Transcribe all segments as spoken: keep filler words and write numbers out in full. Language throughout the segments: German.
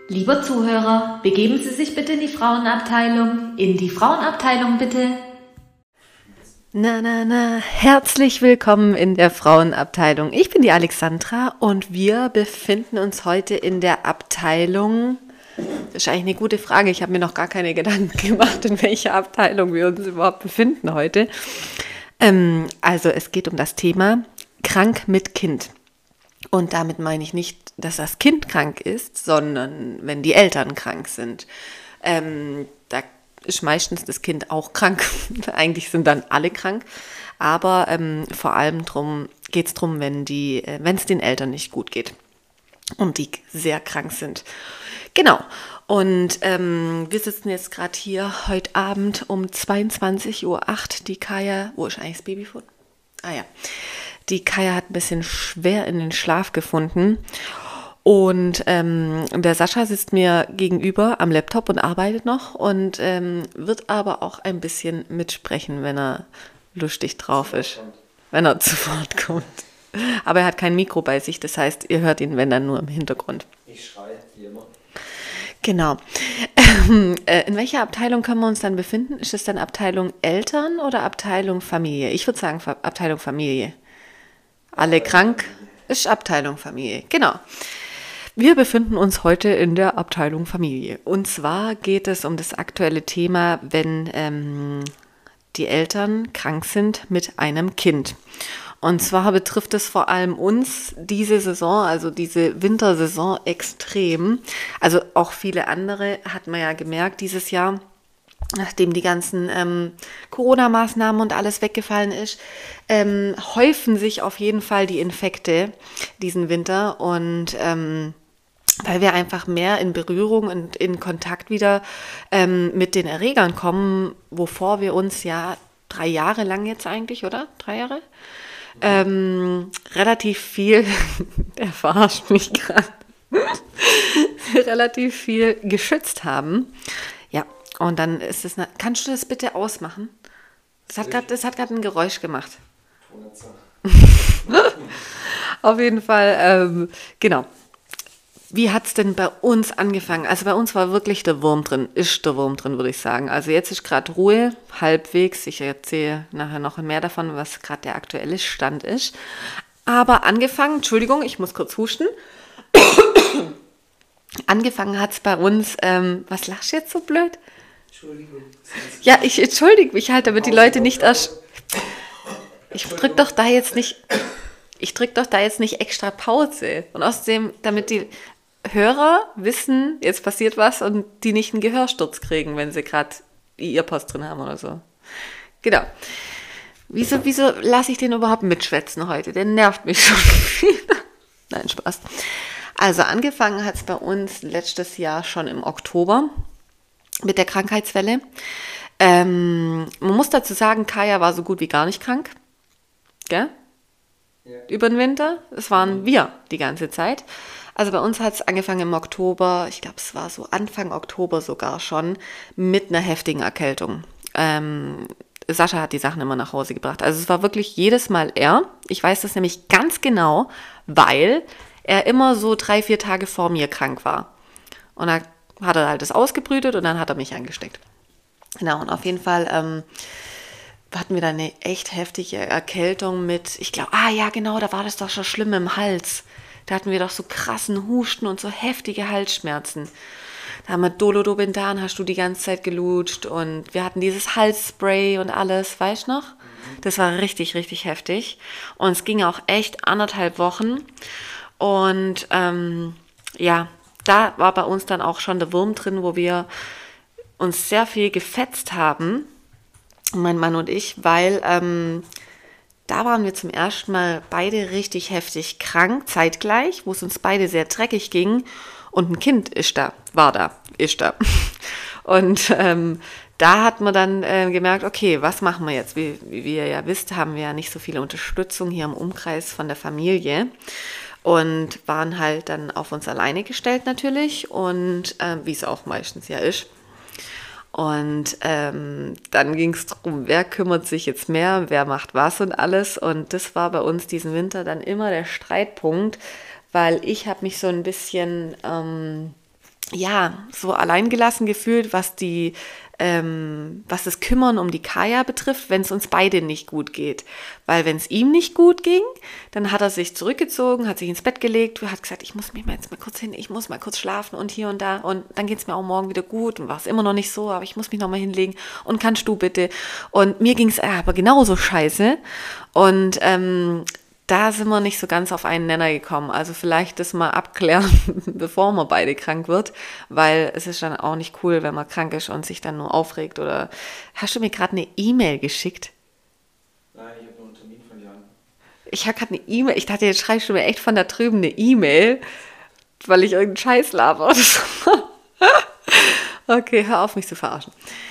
Lieber Zuhörer, begeben Sie sich bitte in die Frauenabteilung. In die Frauenabteilung bitte. Na, na, na, herzlich willkommen in der Frauenabteilung. Ich bin die Alexandra und wir befinden uns heute in der Abteilung. Das ist eigentlich eine gute Frage. Ich habe mir noch gar keine Gedanken gemacht, in welcher Abteilung wir uns überhaupt befinden heute. Ähm, also es geht um das Thema krank mit Kind. Und damit meine ich nicht, dass das Kind krank ist, sondern wenn die Eltern krank sind. Ähm, da ist meistens das Kind auch krank. Eigentlich sind dann alle krank. Aber ähm, vor allem drum geht es darum, wenn die, äh, wenn es den Eltern nicht gut geht und die sehr krank sind. Genau. Und ähm, wir sitzen jetzt gerade hier heute Abend um zweiundzwanzig Uhr acht. Die Kaya, wo ist eigentlich das Babyfood? Ah ja. Die Kaya hat ein bisschen schwer in den Schlaf gefunden und ähm, der Sascha sitzt mir gegenüber am Laptop und arbeitet noch und ähm, wird aber auch ein bisschen mitsprechen, wenn er lustig drauf ist, wenn er zu Wort kommt. Aber er hat kein Mikro bei sich, das heißt, ihr hört ihn, wenn dann nur im Hintergrund. Ich schreie, wie immer. Genau. Ähm, äh, in welcher Abteilung können wir uns dann befinden? Ist es dann Abteilung Eltern oder Abteilung Familie? Ich würde sagen Fa- Abteilung Familie. Alle krank, ist Abteilung Familie. Genau. Wir befinden uns heute in der Abteilung Familie. Und zwar geht es um das aktuelle Thema, wenn ähm, die Eltern krank sind mit einem Kind. Und zwar betrifft es vor allem uns diese Saison, also diese Wintersaison extrem. Also auch viele andere hat man ja gemerkt dieses Jahr, nachdem die ganzen ähm, Corona-Maßnahmen und alles weggefallen ist, ähm, häufen sich auf jeden Fall die Infekte diesen Winter und ähm, weil wir einfach mehr in Berührung und in Kontakt wieder ähm, mit den Erregern kommen, wovor wir uns ja drei Jahre lang jetzt eigentlich, oder? Drei Jahre? Ähm, relativ viel, der verarscht mich gerade, relativ viel geschützt haben. Ja. Und dann ist es, eine, kannst du das bitte ausmachen? Das hat gerade, das hat gerade ein Geräusch gemacht. Auf jeden Fall, ähm, genau. Wie hat es denn bei uns angefangen? Also bei uns war wirklich der Wurm drin, ist der Wurm drin, würde ich sagen. Also jetzt ist gerade Ruhe, halbwegs. Ich erzähle nachher noch mehr davon, was gerade der aktuelle Stand ist. Aber angefangen, Entschuldigung, ich muss kurz husten. Angefangen hat es bei uns, ähm, was lachst du jetzt so blöd? Entschuldigung. Ja, ich entschuldige mich halt, damit die Leute nicht erst. Ich drück doch da jetzt nicht. Ich drück doch da jetzt nicht extra Pause. Und außerdem, damit die Hörer wissen, jetzt passiert was und die nicht einen Gehörsturz kriegen, wenn sie gerade die Earpods drin haben oder so. Genau. Wieso, wieso lasse ich den überhaupt mitschwätzen heute? Der nervt mich schon wieder. Nein, Spaß. Also angefangen hat es bei uns letztes Jahr schon im Oktober mit der Krankheitswelle. Ähm, man muss dazu sagen, Kaya war so gut wie gar nicht krank. Gell? Ja. Über den Winter. Das waren wir die ganze Zeit. Also bei uns hat es angefangen im Oktober, ich glaube es war so Anfang Oktober sogar schon, mit einer heftigen Erkältung. Ähm, Sascha hat die Sachen immer nach Hause gebracht. Also es war wirklich jedes Mal er. Ich weiß das nämlich ganz genau, weil er immer so drei, vier Tage vor mir krank war. Und da hat er halt das ausgebrütet und dann hat er mich angesteckt. Genau, und auf jeden Fall ähm, hatten wir dann eine echt heftige Erkältung mit, ich glaube, ah ja genau, da war das doch schon schlimm im Hals. Da hatten wir doch so krassen Husten und so heftige Halsschmerzen. Da haben wir Dolodobendan, hast du die ganze Zeit gelutscht und wir hatten dieses Halsspray und alles, weißt du noch? Das war richtig, richtig heftig. Und es ging auch echt anderthalb Wochen. Und ähm, ja, da war bei uns dann auch schon der Wurm drin, wo wir uns sehr viel gefetzt haben, mein Mann und ich, weil ähm, da waren wir zum ersten Mal beide richtig heftig krank, zeitgleich, wo es uns beide sehr dreckig ging und ein Kind ist da, war da, ist da. Und ähm, da hat man dann äh, gemerkt, okay, was machen wir jetzt? Wie, wie ihr ja wisst, haben wir ja nicht so viele Unterstützung hier im Umkreis von der Familie. Und waren halt dann auf uns alleine gestellt natürlich und äh, wie es auch meistens ja ist. Und ähm, dann ging es darum, wer kümmert sich jetzt mehr, wer macht was und alles. Und das war bei uns diesen Winter dann immer der Streitpunkt, weil ich habe mich so ein bisschen ähm, ja, so alleingelassen gefühlt, was die, ähm, was das Kümmern um die Kaya betrifft, wenn es uns beide nicht gut geht. Weil wenn es ihm nicht gut ging, dann hat er sich zurückgezogen, hat sich ins Bett gelegt, hat gesagt, ich muss mich mal jetzt mal kurz hin, ich muss mal kurz schlafen und hier und da und dann geht es mir auch morgen wieder gut und war es immer noch nicht so, aber ich muss mich noch mal hinlegen und kannst du bitte. Und mir ging es aber genauso scheiße und ähm, da sind wir nicht so ganz auf einen Nenner gekommen. Also vielleicht das mal abklären, bevor man beide krank wird, weil es ist dann auch nicht cool, wenn man krank ist und sich dann nur aufregt. Oder hast du mir gerade eine E-Mail geschickt? Nein, ich habe nur einen Termin von Jan. Ich habe gerade eine E-Mail. Ich dachte, jetzt schreibst du mir echt von da drüben eine E-Mail, weil ich irgendeinen Scheiß laber oder so. Okay, hör auf, mich zu verarschen.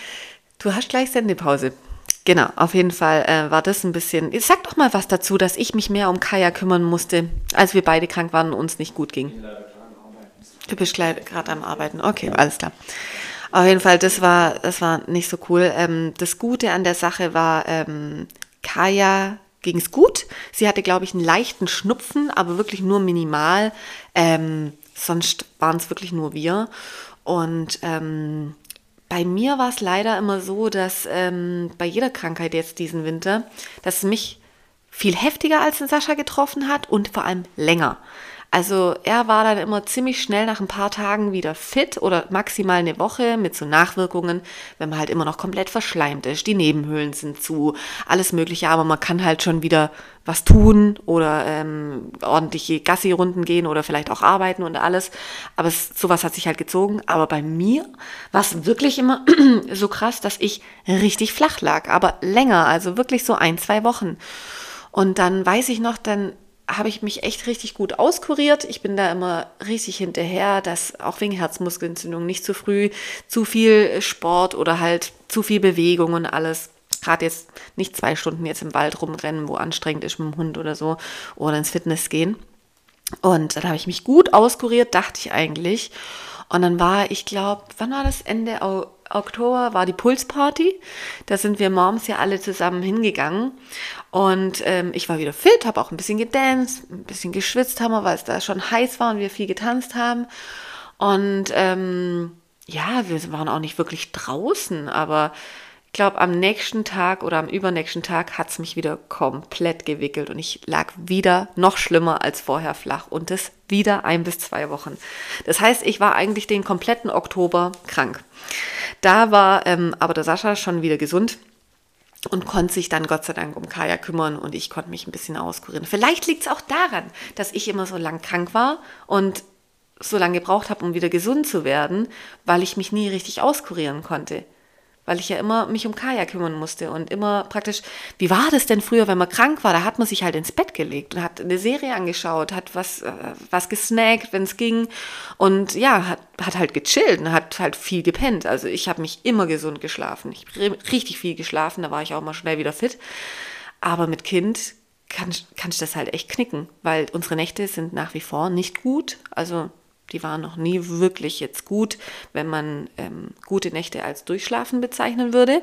Du hast gleich Sendepause. Genau, auf jeden Fall äh, war das ein bisschen... Sag doch mal was dazu, dass ich mich mehr um Kaya kümmern musste, als wir beide krank waren und uns nicht gut ging. Ich bin leider gerade am Arbeiten. Du bist gerade am Arbeiten. Okay, alles klar. Auf jeden Fall, das war, das war nicht so cool. Ähm, das Gute an der Sache war, ähm, Kaya ging es gut. Sie hatte, glaube ich, einen leichten Schnupfen, aber wirklich nur minimal. Ähm, sonst waren es wirklich nur wir. Und... Ähm, Bei mir war es leider immer so, dass ähm, bei jeder Krankheit jetzt diesen Winter, dass es mich viel heftiger als den Sascha getroffen hat und vor allem länger. Also er war dann immer ziemlich schnell nach ein paar Tagen wieder fit oder maximal eine Woche mit so Nachwirkungen, wenn man halt immer noch komplett verschleimt ist. Die Nebenhöhlen sind zu, alles Mögliche, aber man kann halt schon wieder was tun oder ähm, ordentliche Gassi-Runden gehen oder vielleicht auch arbeiten und alles. Aber es, sowas hat sich halt gezogen. Aber bei mir war es wirklich immer so krass, dass ich richtig flach lag, aber länger, also wirklich so ein, zwei Wochen. Und dann weiß ich noch, dann habe ich mich echt richtig gut auskuriert. Ich bin da immer richtig hinterher, dass auch wegen Herzmuskelentzündung nicht zu früh zu viel Sport oder halt zu viel Bewegung und alles. Gerade jetzt nicht zwei Stunden jetzt im Wald rumrennen, wo anstrengend ist mit dem Hund oder so oder ins Fitness gehen. Und dann habe ich mich gut auskuriert, dachte ich eigentlich. Und dann war, ich glaube, wann war das? Ende Oktober war die Pulsparty. Da sind wir Moms ja alle zusammen hingegangen. Und ähm, ich war wieder fit, habe auch ein bisschen gedanced, ein bisschen geschwitzt haben wir, weil es da schon heiß war und wir viel getanzt haben. Und ähm, ja, wir waren auch nicht wirklich draußen, aber ich glaube, am nächsten Tag oder am übernächsten Tag hat es mich wieder komplett gewickelt und ich lag wieder noch schlimmer als vorher flach und das wieder ein bis zwei Wochen. Das heißt, ich war eigentlich den kompletten Oktober krank. Da war ähm, aber der Sascha schon wieder gesund und konnte sich dann Gott sei Dank um Kaya kümmern und ich konnte mich ein bisschen auskurieren. Vielleicht liegt es auch daran, dass ich immer so lang krank war und so lange gebraucht habe, um wieder gesund zu werden, weil ich mich nie richtig auskurieren konnte. Weil ich ja immer mich um Kaya kümmern musste und immer praktisch, wie war das denn früher, wenn man krank war? Da hat man sich halt ins Bett gelegt und hat eine Serie angeschaut, hat was, äh, was gesnackt, wenn es ging und ja, hat, hat halt gechillt und hat halt viel gepennt. Also ich habe mich immer gesund geschlafen. Ich habe richtig viel geschlafen, da war ich auch mal schnell wieder fit. Aber mit Kind kann, kann ich das halt echt knicken, weil unsere Nächte sind nach wie vor nicht gut. Also die waren noch nie wirklich jetzt gut, wenn man ähm, gute Nächte als Durchschlafen bezeichnen würde.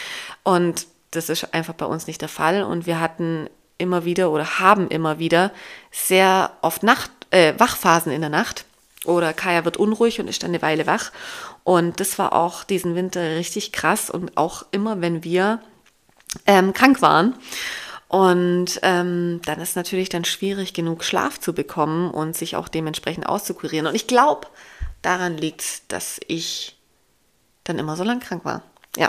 Und das ist einfach bei uns nicht der Fall. Und wir hatten immer wieder oder haben immer wieder sehr oft Nacht, äh, Wachphasen in der Nacht. Oder Kaya wird unruhig und ist dann eine Weile wach. Und das war auch diesen Winter richtig krass. Und auch immer, wenn wir ähm, krank waren. Und ähm, dann ist natürlich dann schwierig, genug Schlaf zu bekommen und sich auch dementsprechend auszukurieren. Und ich glaube, daran liegt, dass ich dann immer so lang krank war. Ja.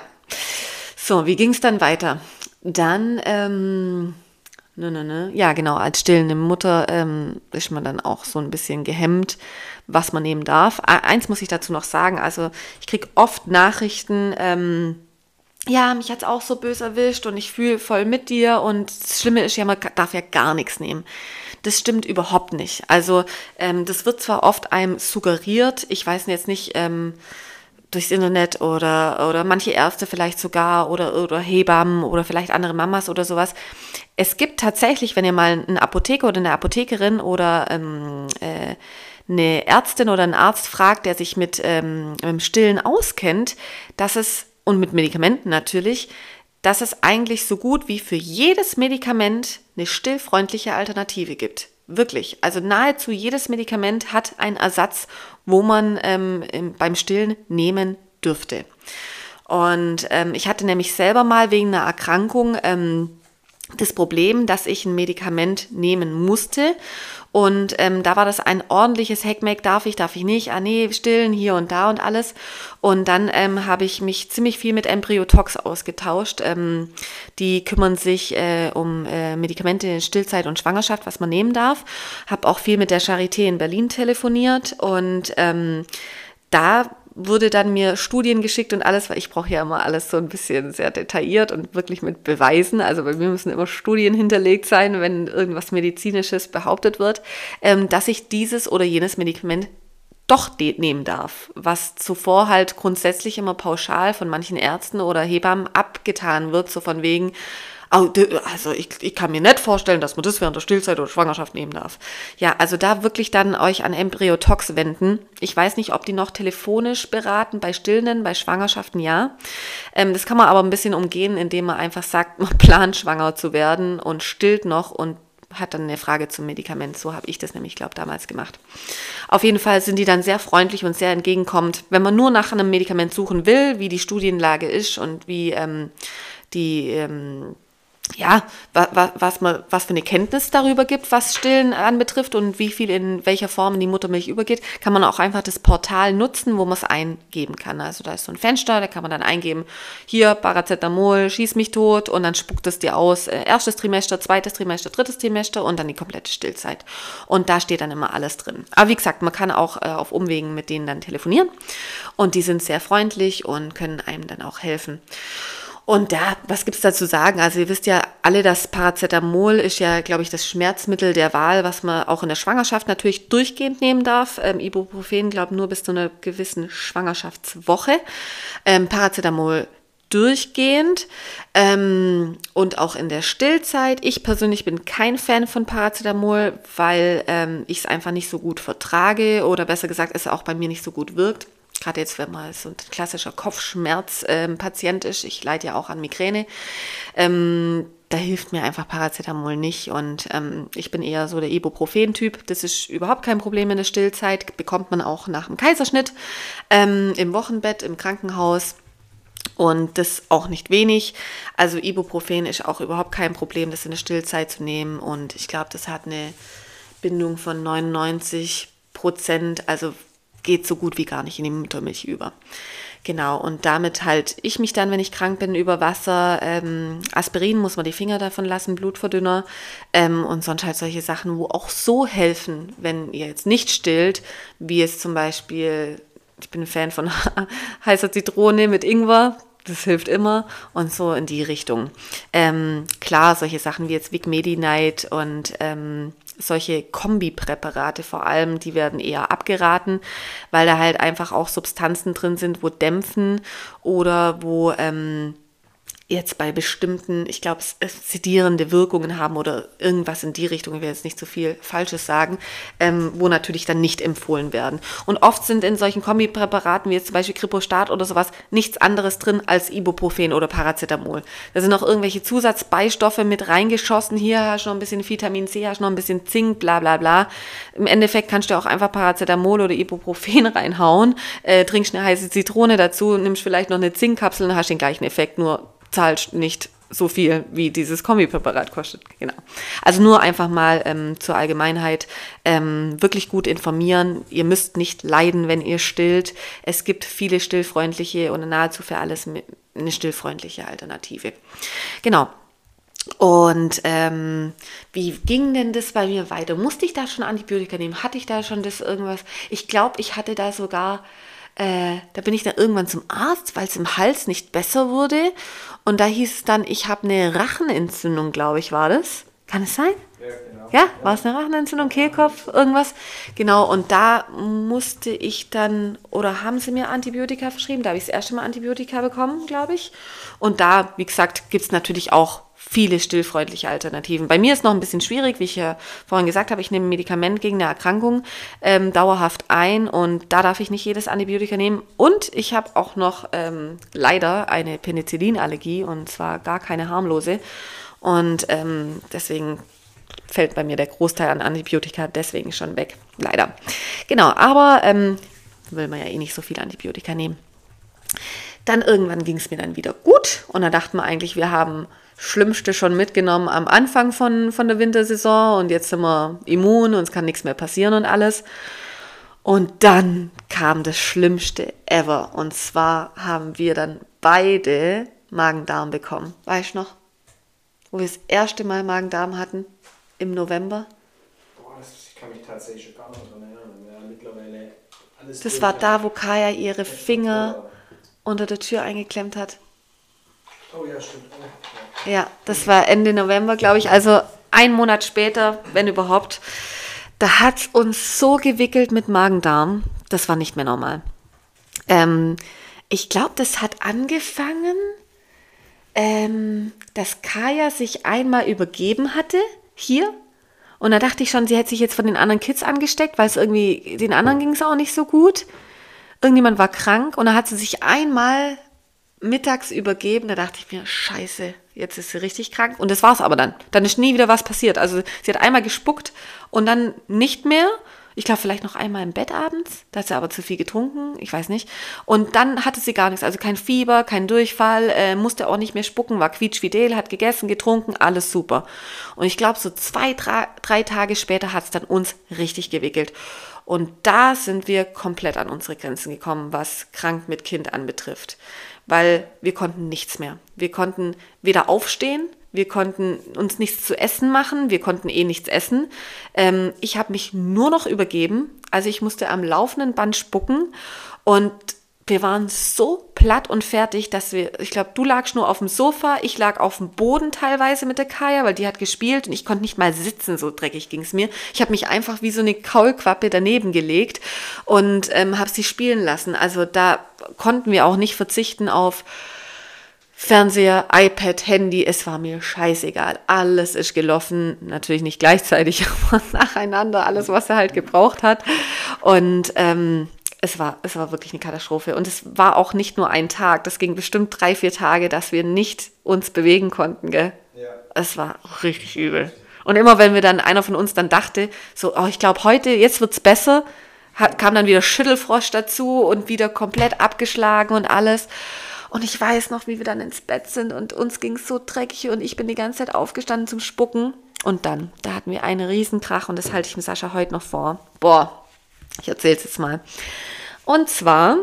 So, wie ging es dann weiter? Dann, ähm, ne, ne, ne. Ja, genau, als stillende Mutter ähm, ist man dann auch so ein bisschen gehemmt, was man nehmen darf. Eins muss ich dazu noch sagen, also ich kriege oft Nachrichten, ähm, ja, mich hat's auch so böse erwischt und ich fühle voll mit dir und das Schlimme ist ja, man darf ja gar nichts nehmen. Das stimmt überhaupt nicht. Also ähm, das wird zwar oft einem suggeriert, ich weiß jetzt nicht, ähm, durchs Internet oder, oder manche Ärzte vielleicht sogar oder, oder Hebammen oder vielleicht andere Mamas oder sowas. Es gibt tatsächlich, wenn ihr mal einen Apotheker oder eine Apothekerin oder ähm, äh, eine Ärztin oder einen Arzt fragt, der sich mit, ähm, mit dem Stillen auskennt, dass es und mit Medikamenten natürlich, dass es eigentlich so gut wie für jedes Medikament eine stillfreundliche Alternative gibt. Wirklich. Also nahezu jedes Medikament hat einen Ersatz, wo man ähm, im, beim Stillen nehmen dürfte. Und ähm, ich hatte nämlich selber mal wegen einer Erkrankung ähm, das Problem, dass ich ein Medikament nehmen musste. Und ähm, da war das ein ordentliches Heckmeck, darf ich, darf ich nicht, ah nee, stillen hier und da und alles. Und dann ähm, habe ich mich ziemlich viel mit Embryotox ausgetauscht. Ähm, die kümmern sich äh, um äh, Medikamente in Stillzeit und Schwangerschaft, was man nehmen darf. Habe auch viel mit der Charité in Berlin telefoniert und ähm, da wurde dann mir Studien geschickt und alles, weil ich brauche ja immer alles so ein bisschen sehr detailliert und wirklich mit Beweisen. Also bei mir müssen immer Studien hinterlegt sein, wenn irgendwas Medizinisches behauptet wird, ähm, dass ich dieses oder jenes Medikament doch nehmen darf, was zuvor halt grundsätzlich immer pauschal von manchen Ärzten oder Hebammen abgetan wird, so von wegen, also ich, ich kann mir nicht vorstellen, dass man das während der Stillzeit oder Schwangerschaft nehmen darf. Ja, also da wirklich dann euch an Embryotox wenden. Ich weiß nicht, ob die noch telefonisch beraten, bei Stillenden, bei Schwangerschaften ja. Ähm, das kann man aber ein bisschen umgehen, indem man einfach sagt, man plant schwanger zu werden und stillt noch und hat dann eine Frage zum Medikament. So habe ich das nämlich, glaube ich, damals gemacht. Auf jeden Fall sind die dann sehr freundlich und sehr entgegenkommend. Wenn man nur nach einem Medikament suchen will, wie die Studienlage ist und wie ähm, die... Ähm, ja, was, was, man, was für eine Kenntnis darüber gibt, was Stillen anbetrifft und wie viel in welcher Form in die Muttermilch übergeht, kann man auch einfach das Portal nutzen, wo man es eingeben kann. Also da ist so ein Fenster, da kann man dann eingeben, hier Paracetamol, schieß mich tot und dann spuckt es dir aus, äh, erstes Trimester, zweites Trimester, drittes Trimester und dann die komplette Stillzeit. Und da steht dann immer alles drin. Aber wie gesagt, man kann auch äh, auf Umwegen mit denen dann telefonieren und die sind sehr freundlich und können einem dann auch helfen. Und da, was gibt's da zu sagen? Also ihr wisst ja alle, dass Paracetamol ist ja, glaube ich, das Schmerzmittel der Wahl, was man auch in der Schwangerschaft natürlich durchgehend nehmen darf. Ähm, Ibuprofen, glaube ich, nur bis zu einer gewissen Schwangerschaftswoche. Ähm, Paracetamol durchgehend ähm, und auch in der Stillzeit. Ich persönlich bin kein Fan von Paracetamol, weil ähm, ich es einfach nicht so gut vertrage oder besser gesagt, es auch bei mir nicht so gut wirkt. Gerade jetzt, wenn man so ein klassischer Kopfschmerz-Patient ähm, ist, ich leide ja auch an Migräne, ähm, da hilft mir einfach Paracetamol nicht und ähm, ich bin eher so der Ibuprofen-Typ. Das ist überhaupt kein Problem in der Stillzeit, bekommt man auch nach dem Kaiserschnitt, ähm, im Wochenbett, im Krankenhaus. Und das auch nicht wenig. Also Ibuprofen ist auch überhaupt kein Problem, das in der Stillzeit zu nehmen. Und ich glaube, das hat eine Bindung von neunundneunzig Prozent, also geht so gut wie gar nicht in die Muttermilch über. Genau, und damit halte ich mich dann, wenn ich krank bin, über Wasser. Ähm, Aspirin muss man die Finger davon lassen, Blutverdünner ähm, und sonst halt solche Sachen, wo auch so helfen, wenn ihr jetzt nicht stillt, wie es zum Beispiel, ich bin ein Fan von heißer Zitrone mit Ingwer, das hilft immer und so in die Richtung. Ähm, klar, solche Sachen wie jetzt Vic Medi-Night und ähm, solche Kombipräparate vor allem, die werden eher abgeraten, weil da halt einfach auch Substanzen drin sind, wo dämpfen oder wo ähm, jetzt bei bestimmten, ich glaube, sedierende Wirkungen haben oder irgendwas in die Richtung, ich will jetzt nicht zu viel Falsches sagen, ähm, wo natürlich dann nicht empfohlen werden. Und oft sind in solchen Kombipräparaten, wie jetzt zum Beispiel Kripostat oder sowas, nichts anderes drin als Ibuprofen oder Paracetamol. Da sind noch irgendwelche Zusatzbeistoffe mit reingeschossen. Hier hast du noch ein bisschen Vitamin C, hast du noch ein bisschen Zink, bla bla bla. Im Endeffekt kannst du auch einfach Paracetamol oder Ibuprofen reinhauen, äh, trinkst eine heiße Zitrone dazu, nimmst vielleicht noch eine Zinkkapsel und hast den gleichen Effekt, nur zahlst nicht so viel, wie dieses Kombipräparat kostet. Genau. Also nur einfach mal ähm, zur Allgemeinheit ähm, wirklich gut informieren. Ihr müsst nicht leiden, wenn ihr stillt. Es gibt viele stillfreundliche und nahezu für alles eine stillfreundliche Alternative. Genau. Und ähm, wie ging denn das bei mir weiter? Musste ich da schon Antibiotika nehmen? Hatte ich da schon das irgendwas? Ich glaube, ich hatte da sogar Äh, da bin ich dann irgendwann zum Arzt, weil es im Hals nicht besser wurde. Und da hieß es dann, ich habe eine Rachenentzündung, glaube ich, war das. Kann es sein? Ja, genau. Ja, war es eine Rachenentzündung, Kehlkopf, irgendwas? Genau, und da musste ich dann, oder haben sie mir Antibiotika verschrieben? Da habe ich das erste Mal Antibiotika bekommen, glaube ich. Und da, wie gesagt, gibt es natürlich auch viele stillfreundliche Alternativen. Bei mir ist noch ein bisschen schwierig, wie ich ja vorhin gesagt habe, ich nehme ein Medikament gegen eine Erkrankung ähm, dauerhaft ein und da darf ich nicht jedes Antibiotika nehmen. Und ich habe auch noch ähm, leider eine Penicillinallergie und zwar gar keine harmlose. Und ähm, deswegen fällt bei mir der Großteil an Antibiotika deswegen schon weg. Leider. Genau, aber ähm, will man ja eh nicht so viel Antibiotika nehmen. Dann irgendwann ging es mir dann wieder gut und da dachten wir eigentlich, wir haben Schlimmste schon mitgenommen am Anfang von, von der Wintersaison und jetzt sind wir immun und es kann nichts mehr passieren und alles. Und dann kam das Schlimmste ever und zwar haben wir dann beide Magen-Darm bekommen. Weißt du noch, wo wir das erste Mal Magen-Darm hatten im November? Boah, das, ich kann mich tatsächlich gar nicht daran erinnern. Ja, mittlerweile alles Das durch, war ja. da, wo Kaya ihre Finger unter der Tür eingeklemmt hat. Oh ja, stimmt. Oh, ja. Ja, das war Ende November, glaube ich. Also ein Monat später, wenn überhaupt. Da hat es uns so gewickelt mit Magen-Darm. Das war nicht mehr normal. Ähm, ich glaube, das hat angefangen, ähm, dass Kaya sich einmal übergeben hatte, hier. Und da dachte ich schon, sie hätte sich jetzt von den anderen Kids angesteckt, weil es irgendwie, den anderen ging es auch nicht so gut. Irgendjemand war krank und da hat sie sich einmal mittags übergeben. Da dachte ich mir, scheiße, jetzt ist sie richtig krank. Und das war es aber dann. Dann ist nie wieder was passiert. Also sie hat einmal gespuckt und dann nicht mehr. Ich glaube, vielleicht noch einmal im Bett abends. Da hat sie aber zu viel getrunken. Ich weiß nicht. Und dann hatte sie gar nichts. Also kein Fieber, kein Durchfall, äh, musste auch nicht mehr spucken, war quietschfidel, hat gegessen, getrunken, alles super. Und ich glaube, so zwei, drei, drei Tage später hat es dann uns richtig gewickelt. Und da sind wir komplett an unsere Grenzen gekommen, was krank mit Kind anbetrifft. Weil wir konnten nichts mehr. Wir konnten weder aufstehen, wir konnten uns nichts zu essen machen, wir konnten eh nichts essen. Ähm, ich habe mich nur noch übergeben. Also ich musste am laufenden Band spucken und wir waren so platt und fertig, dass wir, ich glaube, du lagst nur auf dem Sofa, ich lag auf dem Boden teilweise mit der Kaya, weil die hat gespielt und ich konnte nicht mal sitzen, so dreckig ging es mir. Ich habe mich einfach wie so eine Kaulquappe daneben gelegt und ähm, habe sie spielen lassen. Also da konnten wir auch nicht verzichten auf Fernseher, iPad, Handy, es war mir scheißegal. Alles ist gelaufen, natürlich nicht gleichzeitig, aber nacheinander, alles, was er halt gebraucht hat. Und ähm, Es war, es war wirklich eine Katastrophe. Und es war auch nicht nur ein Tag. Das ging bestimmt drei, vier Tage, dass wir nicht uns bewegen konnten, gell? Ja. Es war richtig übel. Und immer wenn wir dann, einer von uns dann dachte, so, oh, ich glaube heute, jetzt wird's besser, hat, kam dann wieder Schüttelfrost dazu und wieder komplett abgeschlagen und alles. Und ich weiß noch, wie wir dann ins Bett sind und uns ging's so dreckig und ich bin die ganze Zeit aufgestanden zum Spucken. Und dann, da hatten wir einen Riesenkrach und das halte ich dem Sascha heute noch vor. Boah. Ich erzähle es jetzt mal. Und zwar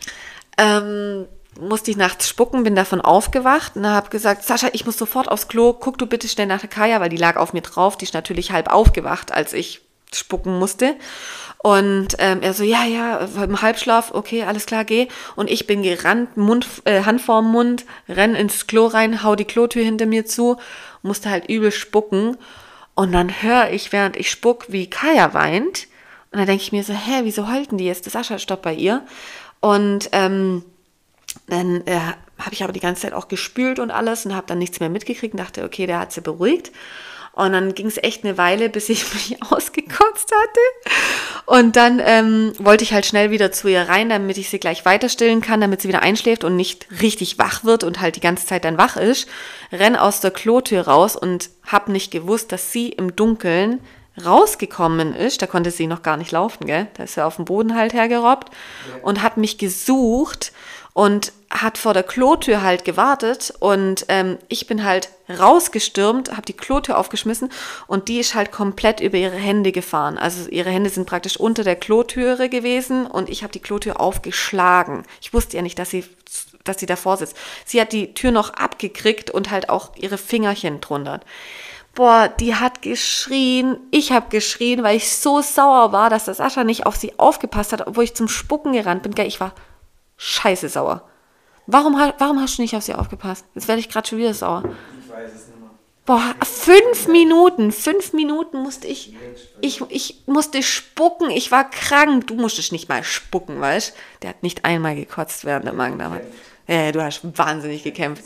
ähm, musste ich nachts spucken, bin davon aufgewacht und habe gesagt, Sascha, ich muss sofort aufs Klo, guck du bitte schnell nach der Kaya, weil die lag auf mir drauf, die ist natürlich halb aufgewacht, als ich spucken musste. Und ähm, er so, ja, ja, im Halbschlaf, okay, alles klar, geh. Und ich bin gerannt, Mund, äh, Hand vorm Mund, renn ins Klo rein, hau die Klotür hinter mir zu, musste halt übel spucken. Und dann höre ich, während ich spuck, wie Kaya weint. Und dann denke ich mir so, hä, wieso heulten die jetzt? Der Sascha stoppt bei ihr. Und ähm, dann äh, habe ich aber die ganze Zeit auch gespült und alles und habe dann nichts mehr mitgekriegt und dachte, okay, der hat sie beruhigt. Und dann ging es echt eine Weile, bis ich mich ausgekotzt hatte. Und dann ähm, wollte ich halt schnell wieder zu ihr rein, damit ich sie gleich weiter stillen kann, damit sie wieder einschläft und nicht richtig wach wird und halt die ganze Zeit dann wach ist. Renn aus der Klotür raus und habe nicht gewusst, dass sie im Dunkeln rausgekommen ist. Da konnte sie noch gar nicht laufen, gell? Da ist sie auf dem Boden halt hergerobbt ja. Und hat mich gesucht und hat vor der Klotür halt gewartet und ähm, ich bin halt rausgestürmt, habe die Klotür aufgeschmissen und die ist halt komplett über ihre Hände gefahren. Also ihre Hände sind praktisch unter der Klotüre gewesen und ich habe die Klotür aufgeschlagen. Ich wusste ja nicht, dass sie, dass sie davor sitzt. Sie hat die Tür noch abgekriegt und halt auch ihre Fingerchen drunter. Boah, die hat geschrien, ich habe geschrien, weil ich so sauer war, dass der Sascha nicht auf sie aufgepasst hat, obwohl ich zum Spucken gerannt bin. Gell, ich war scheiße sauer. Warum, warum hast du nicht auf sie aufgepasst? Jetzt werde ich gerade schon wieder sauer. Ich weiß es nicht mehr. Boah, fünf Minuten, fünf Minuten musste ich, ich, ich musste spucken, ich war krank. Du musstest nicht mal spucken, weißt du? Der hat nicht einmal gekotzt während der Magen-Darm. Ja, du hast wahnsinnig gekämpft.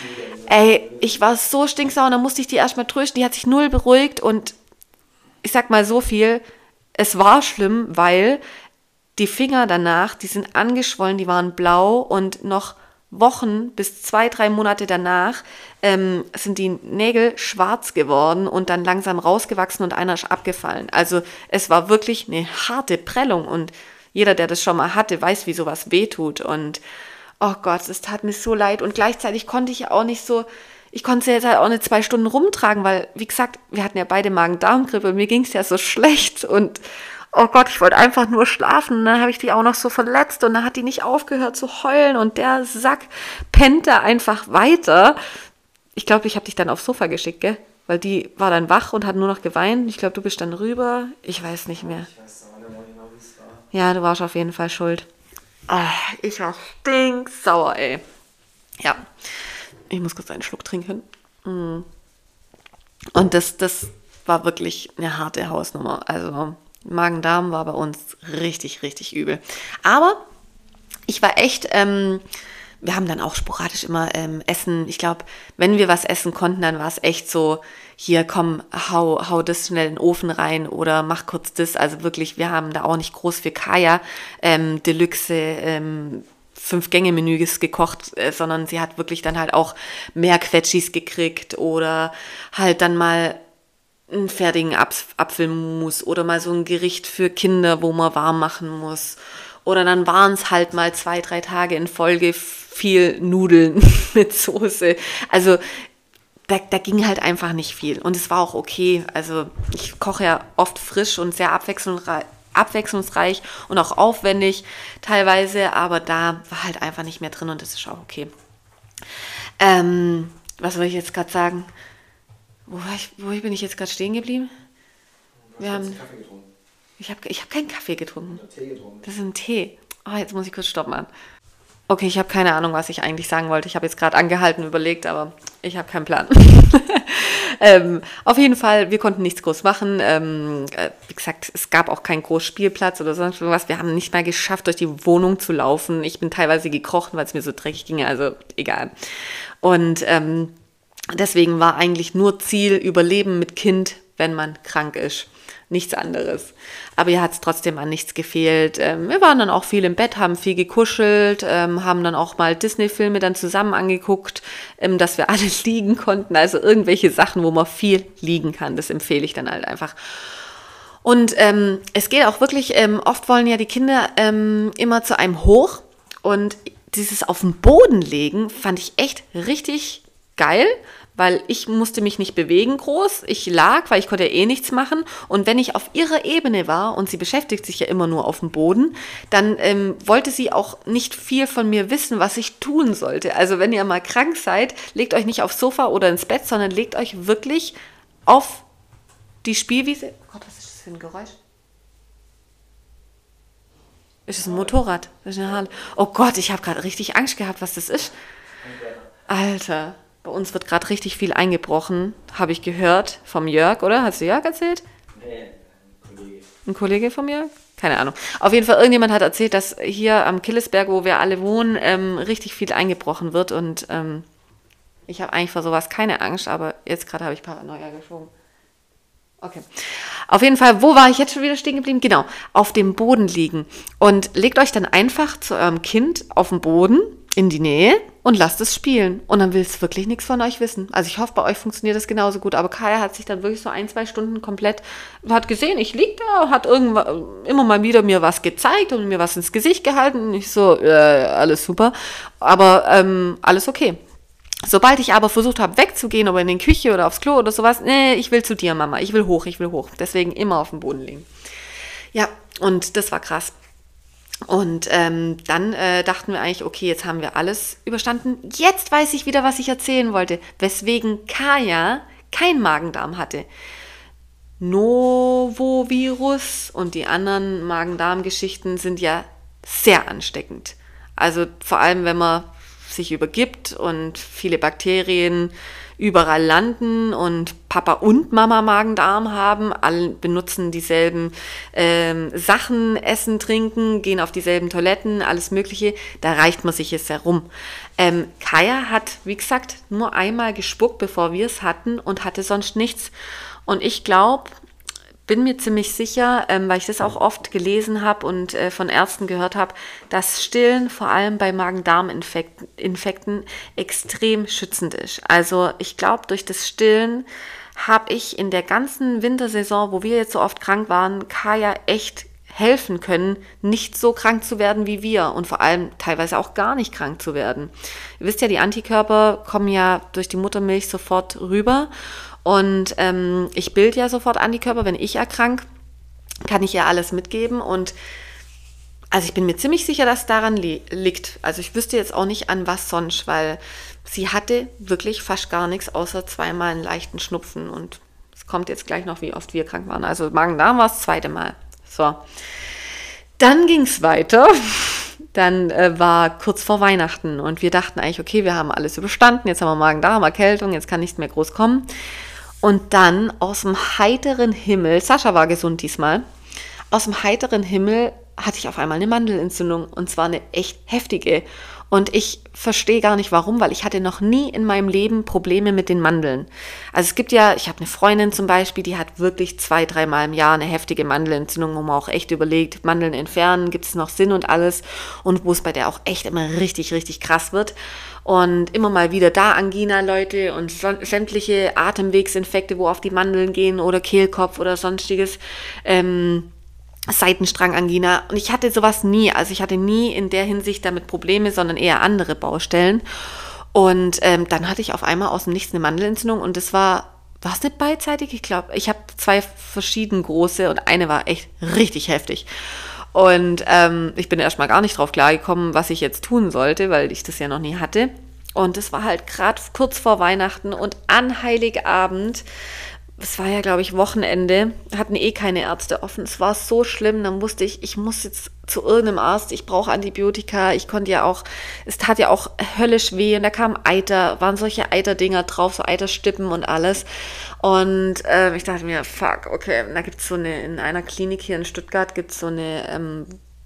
Ey, ich war so stinksauer und dann musste ich die erstmal trösten. Die hat sich null beruhigt und ich sag mal so viel, es war schlimm, weil die Finger danach, die sind angeschwollen, die waren blau und noch Wochen bis zwei, drei Monate danach ähm, sind die Nägel schwarz geworden und dann langsam rausgewachsen und einer ist abgefallen. Also es war wirklich eine harte Prellung und jeder, der das schon mal hatte, weiß, wie sowas wehtut. Und oh Gott, es tat mir so leid. Und gleichzeitig konnte ich ja auch nicht so, ich konnte sie jetzt halt auch nicht zwei Stunden rumtragen, weil, wie gesagt, wir hatten ja beide Magen-Darm-Grippe und mir ging es ja so schlecht. Und oh Gott, ich wollte einfach nur schlafen. Und dann habe ich die auch noch so verletzt und dann hat die nicht aufgehört zu heulen und der Sack pennt da einfach weiter. Ich glaube, ich habe dich dann aufs Sofa geschickt, gell? Weil die war dann wach und hat nur noch geweint. Ich glaube, du bist dann rüber. Ich weiß nicht mehr. Ich weiß auch nicht mehr genau, wie es war. Ja, du warst auf jeden Fall schuld. Ah, ich war stinksauer, ey. Ja, ich muss kurz einen Schluck trinken. Und das, das war wirklich eine harte Hausnummer. Also Magen-Darm war bei uns richtig, richtig übel. Aber ich war echt, ähm, wir haben dann auch sporadisch immer ähm, Essen. Ich glaube, wenn wir was essen konnten, dann war es echt so, hier komm, hau, hau das schnell in den Ofen rein oder mach kurz das. Also wirklich, wir haben da auch nicht groß für Kaya ähm, Deluxe ähm, Fünf-Gänge-Menüs gekocht, äh, sondern sie hat wirklich dann halt auch mehr Quetschis gekriegt oder halt dann mal einen fertigen Apf- Apfelmus oder mal so ein Gericht für Kinder, wo man warm machen muss. Oder dann waren es halt mal zwei, drei Tage in Folge viel Nudeln mit Soße. Also da, da ging halt einfach nicht viel. Und es war auch okay. Also ich koche ja oft frisch und sehr abwechslungsreich, abwechslungsreich und auch aufwendig teilweise, aber da war halt einfach nicht mehr drin und das ist auch okay. Ähm, was soll ich jetzt gerade sagen? Wo, war ich, wo bin ich jetzt gerade stehen geblieben? Du Wir hast haben, jetzt Kaffee getrunken. ich habe ich hab keinen Kaffee getrunken. Oder Tee getrunken. Das ist ein Tee. Oh, jetzt muss ich kurz stoppen. An. Okay, ich habe keine Ahnung, was ich eigentlich sagen wollte. Ich habe jetzt gerade angehalten, überlegt, aber ich habe keinen Plan. ähm, auf jeden Fall, wir konnten nichts groß machen. Ähm, äh, wie gesagt, es gab auch keinen großen Spielplatz oder sonst irgendwas. Wir haben nicht mal geschafft, durch die Wohnung zu laufen. Ich bin teilweise gekrochen, weil es mir so dreckig ging. Also egal. Und ähm, deswegen war eigentlich nur Ziel Überleben mit Kind, wenn man krank ist. Nichts anderes. Aber ihr hat es trotzdem an nichts gefehlt. Ähm, wir waren dann auch viel im Bett, haben viel gekuschelt, ähm, haben dann auch mal Disney-Filme dann zusammen angeguckt, ähm, dass wir alle liegen konnten. Also irgendwelche Sachen, wo man viel liegen kann. Das empfehle ich dann halt einfach. Und ähm, es geht auch wirklich, ähm, oft wollen ja die Kinder ähm, immer zu einem hoch. Und dieses auf den Boden legen fand ich echt richtig geil, weil ich musste mich nicht bewegen groß. Ich lag, weil ich konnte ja eh nichts machen. Und wenn ich auf ihrer Ebene war, und sie beschäftigt sich ja immer nur auf dem Boden, dann ähm, wollte sie auch nicht viel von mir wissen, was ich tun sollte. Also wenn ihr mal krank seid, legt euch nicht aufs Sofa oder ins Bett, sondern legt euch wirklich auf die Spielwiese. Oh Gott, was ist das für ein Geräusch? Ist es ein Motorrad? Das ist eine Harley. Oh Gott, ich habe gerade richtig Angst gehabt, was das ist. Alter. Bei uns wird gerade richtig viel eingebrochen, habe ich gehört, vom Jörg, oder? Hast du Jörg erzählt? Nee, ein Kollege. Ein Kollege von mir? Keine Ahnung. Auf jeden Fall, irgendjemand hat erzählt, dass hier am Killesberg, wo wir alle wohnen, ähm, richtig viel eingebrochen wird. Und ähm, ich habe eigentlich vor sowas keine Angst, aber jetzt gerade habe ich Paranoia geschoben. Okay. Auf jeden Fall, wo war ich jetzt schon wieder stehen geblieben? Genau, auf dem Boden liegen. Und legt euch dann einfach zu eurem Kind auf den Boden, in die Nähe und lasst es spielen. Und dann will es wirklich nichts von euch wissen. Also ich hoffe, bei euch funktioniert das genauso gut. Aber Kaya hat sich dann wirklich so ein, zwei Stunden komplett, hat gesehen, ich lieg da, hat irgendwann immer mal wieder mir was gezeigt und mir was ins Gesicht gehalten. Und ich so, äh, alles super. Aber ähm, alles okay. Sobald ich aber versucht habe, wegzugehen, oder in die Küche oder aufs Klo oder sowas, nee, ich will zu dir, Mama. Ich will hoch, ich will hoch. Deswegen immer auf dem Boden liegen. Ja, und das war krass. Und ähm, dann äh, dachten wir eigentlich, okay, jetzt haben wir alles überstanden. Jetzt weiß ich wieder, was ich erzählen wollte, weswegen Kaya kein Magen-Darm hatte. Novovirus und die anderen Magen-Darm-Geschichten sind ja sehr ansteckend. Also vor allem, wenn man sich übergibt und viele Bakterien überall landen und Papa und Mama Magen-Darm haben, alle benutzen dieselben ähm, Sachen, essen, trinken, gehen auf dieselben Toiletten, alles Mögliche, da reicht man sich jetzt herum. Ähm, Kaya hat, wie gesagt, nur einmal gespuckt, bevor wir es hatten und hatte sonst nichts. Und ich glaube, bin mir ziemlich sicher, ähm, weil ich das auch oft gelesen habe und äh, von Ärzten gehört habe, dass Stillen vor allem bei Magen-Darm-Infekten Infekten extrem schützend ist. Also ich glaube, durch das Stillen habe ich in der ganzen Wintersaison, wo wir jetzt so oft krank waren, Kaya echt helfen können, nicht so krank zu werden wie wir und vor allem teilweise auch gar nicht krank zu werden. Ihr wisst ja, die Antikörper kommen ja durch die Muttermilch sofort rüber und ähm, ich bilde ja sofort Antikörper, wenn ich erkrank, kann ich ihr alles mitgeben und also ich bin mir ziemlich sicher, dass es daran li- liegt. Also ich wüsste jetzt auch nicht an was sonst, weil sie hatte wirklich fast gar nichts, außer zweimal einen leichten Schnupfen und es kommt jetzt gleich noch, wie oft wir krank waren. Also Magen-Darm war das zweite Mal. So, dann ging es weiter. Dann äh, war kurz vor Weihnachten und wir dachten eigentlich, okay, wir haben alles überstanden, jetzt haben wir Magen-Darm, Erkältung, jetzt kann nichts mehr groß kommen. Und dann aus dem heiteren Himmel, Sascha war gesund diesmal, aus dem heiteren Himmel hatte ich auf einmal eine Mandelentzündung und zwar eine echt heftige. Und ich verstehe gar nicht warum, weil ich hatte noch nie in meinem Leben Probleme mit den Mandeln. Also es gibt ja, ich habe eine Freundin zum Beispiel, die hat wirklich zwei, dreimal im Jahr eine heftige Mandelentzündung, wo man auch echt überlegt, Mandeln entfernen, gibt es noch Sinn und alles. Und wo es bei der auch echt immer richtig, richtig krass wird. Und immer mal wieder da Angina, Leute, und sämtliche Atemwegsinfekte, wo auf die Mandeln gehen oder Kehlkopf oder sonstiges. Ähm, Seitenstrangangina und ich hatte sowas nie, also ich hatte nie in der Hinsicht damit Probleme, sondern eher andere Baustellen und ähm, dann hatte ich auf einmal aus dem Nichts eine Mandelentzündung und das war, war es nicht beidseitig? Ich glaube, ich habe zwei verschieden große und eine war echt richtig heftig und ähm, ich bin erstmal gar nicht drauf klargekommen, was ich jetzt tun sollte, weil ich das ja noch nie hatte und das war halt gerade kurz vor Weihnachten und an Heiligabend. Es war ja, glaube ich, Wochenende, hatten eh keine Ärzte offen. Es war so schlimm, dann wusste ich, ich muss jetzt zu irgendeinem Arzt, ich brauche Antibiotika. Ich konnte ja auch, es tat ja auch höllisch weh und da kam Eiter, waren solche Eiterdinger drauf, so Eiterstippen und alles. Und äh, ich dachte mir, fuck, okay, da gibt es so eine, in einer Klinik hier in Stuttgart gibt es so eine ähm,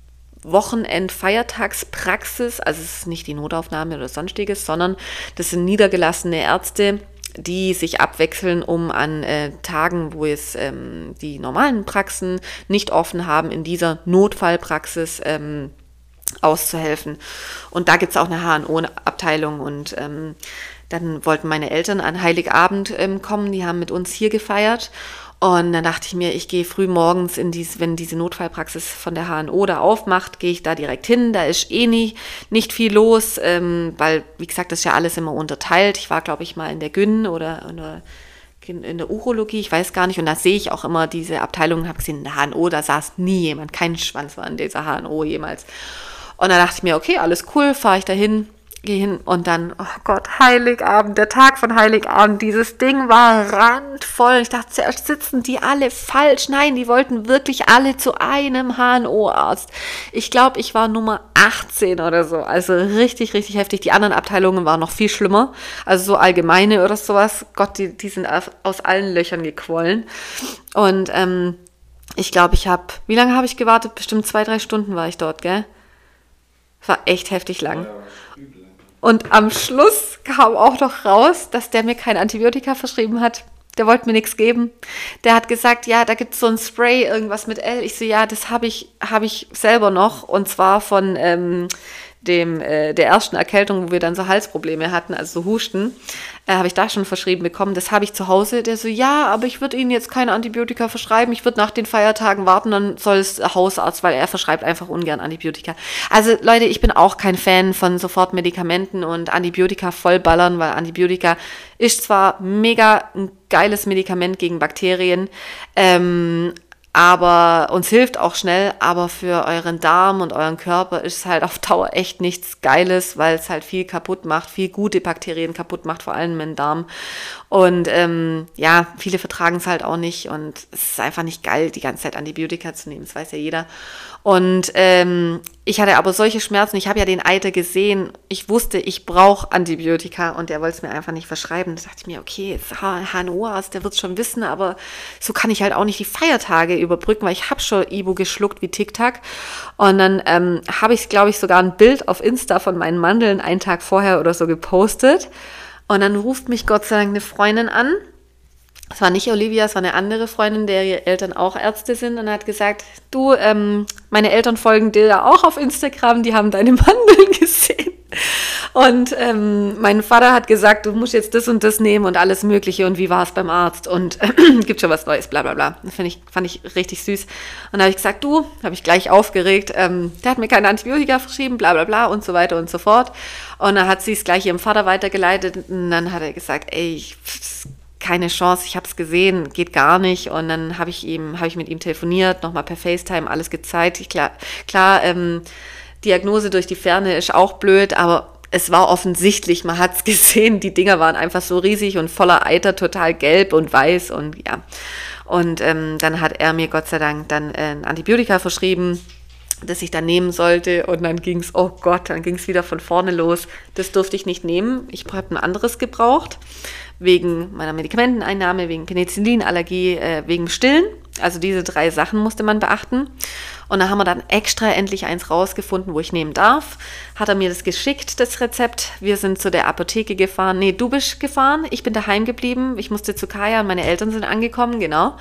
Wochenend-Feiertagspraxis, also es ist nicht die Notaufnahme oder sonstiges, sondern das sind niedergelassene Ärzte, die sich abwechseln, um an äh, Tagen, wo es ähm, die normalen Praxen nicht offen haben, in dieser Notfallpraxis ähm, auszuhelfen. Und da gibt es auch eine H N O-Abteilung und ähm, dann wollten meine Eltern an Heiligabend ähm, kommen, die haben mit uns hier gefeiert. Und dann dachte ich mir, ich gehe früh morgens, in dies, wenn diese Notfallpraxis von der H N O da aufmacht, gehe ich da direkt hin. Da ist eh nicht, nicht viel los, ähm, weil, wie gesagt, das ist ja alles immer unterteilt. Ich war, glaube ich, mal in der Gyn oder in der, in der Urologie, ich weiß gar nicht. Und da sehe ich auch immer diese Abteilungen, habe gesehen, in der H N O, da saß nie jemand, kein Schwanz war in dieser H N O jemals. Und dann dachte ich mir, okay, alles cool, fahre ich da hin. Geh hin und dann, oh Gott, Heiligabend, der Tag von Heiligabend, dieses Ding war randvoll. Ich dachte, zuerst sitzen die alle falsch. Nein, die wollten wirklich alle zu einem H N O-Arzt. Ich glaube, ich war Nummer achtzehn oder so. Also richtig, richtig heftig. Die anderen Abteilungen waren noch viel schlimmer. Also so allgemeine oder sowas. Gott, die, die sind aus allen Löchern gequollen. Und ähm, ich glaube, ich habe, wie lange habe ich gewartet? Bestimmt zwei, drei Stunden war ich dort, gell? War echt heftig lang. Und am Schluss kam auch noch raus, dass der mir kein Antibiotika verschrieben hat. Der wollte mir nichts geben. Der hat gesagt, ja, da gibt es so ein Spray, irgendwas mit L. Ich so, ja, das habe ich, hab ich selber noch. Und zwar von ähm, dem, äh, der ersten Erkältung, wo wir dann so Halsprobleme hatten, also so Husten, äh, habe ich da schon verschrieben bekommen. Das habe ich zu Hause. Der so, ja, aber ich würde Ihnen jetzt keine Antibiotika verschreiben. Ich würde nach den Feiertagen warten, dann soll es Hausarzt, weil er verschreibt einfach ungern Antibiotika. Also Leute, ich bin auch kein Fan von sofort Medikamenten und Antibiotika vollballern, weil Antibiotika ist zwar mega ein geiles Medikament gegen Bakterien, ähm, aber uns hilft auch schnell, aber für euren Darm und euren Körper ist es halt auf Dauer echt nichts Geiles, weil es halt viel kaputt macht, viel gute Bakterien kaputt macht, vor allem im Darm. Und ähm, ja, viele vertragen es halt auch nicht und es ist einfach nicht geil, die ganze Zeit Antibiotika zu nehmen, das weiß ja jeder. Und ähm, ich hatte aber solche Schmerzen, ich habe ja den Eiter gesehen, ich wusste, ich brauche Antibiotika und der wollte es mir einfach nicht verschreiben. Da dachte ich mir, okay, H N O-Arzt, der wird es schon wissen, aber so kann ich halt auch nicht die Feiertage überbrücken, weil ich habe schon Ibu geschluckt wie Tic-Tac. Und dann ähm, habe ich, glaube ich, sogar ein Bild auf Insta von meinen Mandeln einen Tag vorher oder so gepostet. Und dann ruft mich Gott sei Dank eine Freundin an es war nicht Olivia, es war eine andere Freundin, der ihre Eltern auch Ärzte sind und hat gesagt, du, ähm, meine Eltern folgen dir ja auch auf Instagram, die haben deine Mandeln gesehen. Und ähm, mein Vater hat gesagt, du musst jetzt das und das nehmen und alles Mögliche und wie war es beim Arzt und äh, gibt schon was Neues, bla bla bla. Das find ich, fand ich richtig süß. Und da habe ich gesagt, du, habe ich gleich aufgeregt, ähm, der hat mir keine Antibiotika verschrieben, bla bla bla und so weiter und so fort. Und dann hat sie es gleich ihrem Vater weitergeleitet und dann hat er gesagt, ey, ich... keine Chance, ich habe es gesehen, geht gar nicht. Und dann habe ich ihm, habe ich mit ihm telefoniert, nochmal per FaceTime alles gezeigt. Ich, klar, klar ähm, Diagnose durch die Ferne ist auch blöd, aber es war offensichtlich, man hat es gesehen, die Dinger waren einfach so riesig und voller Eiter, total gelb und weiß und ja. Und ähm, dann hat er mir Gott sei Dank dann äh, ein Antibiotika verschrieben, das ich dann nehmen sollte und dann ging es, oh Gott, dann ging es wieder von vorne los. Das durfte ich nicht nehmen, ich habe ein anderes gebraucht, wegen meiner Medikamenteneinnahme, wegen Penicillinallergie, äh, wegen Stillen. Also diese drei Sachen musste man beachten. Und da haben wir dann extra endlich eins rausgefunden, wo ich nehmen darf. Hat er mir das geschickt, das Rezept. Wir sind zu der Apotheke gefahren. Nee, du bist gefahren, ich bin daheim geblieben. Ich musste zu Kaya und meine Eltern sind angekommen, genau.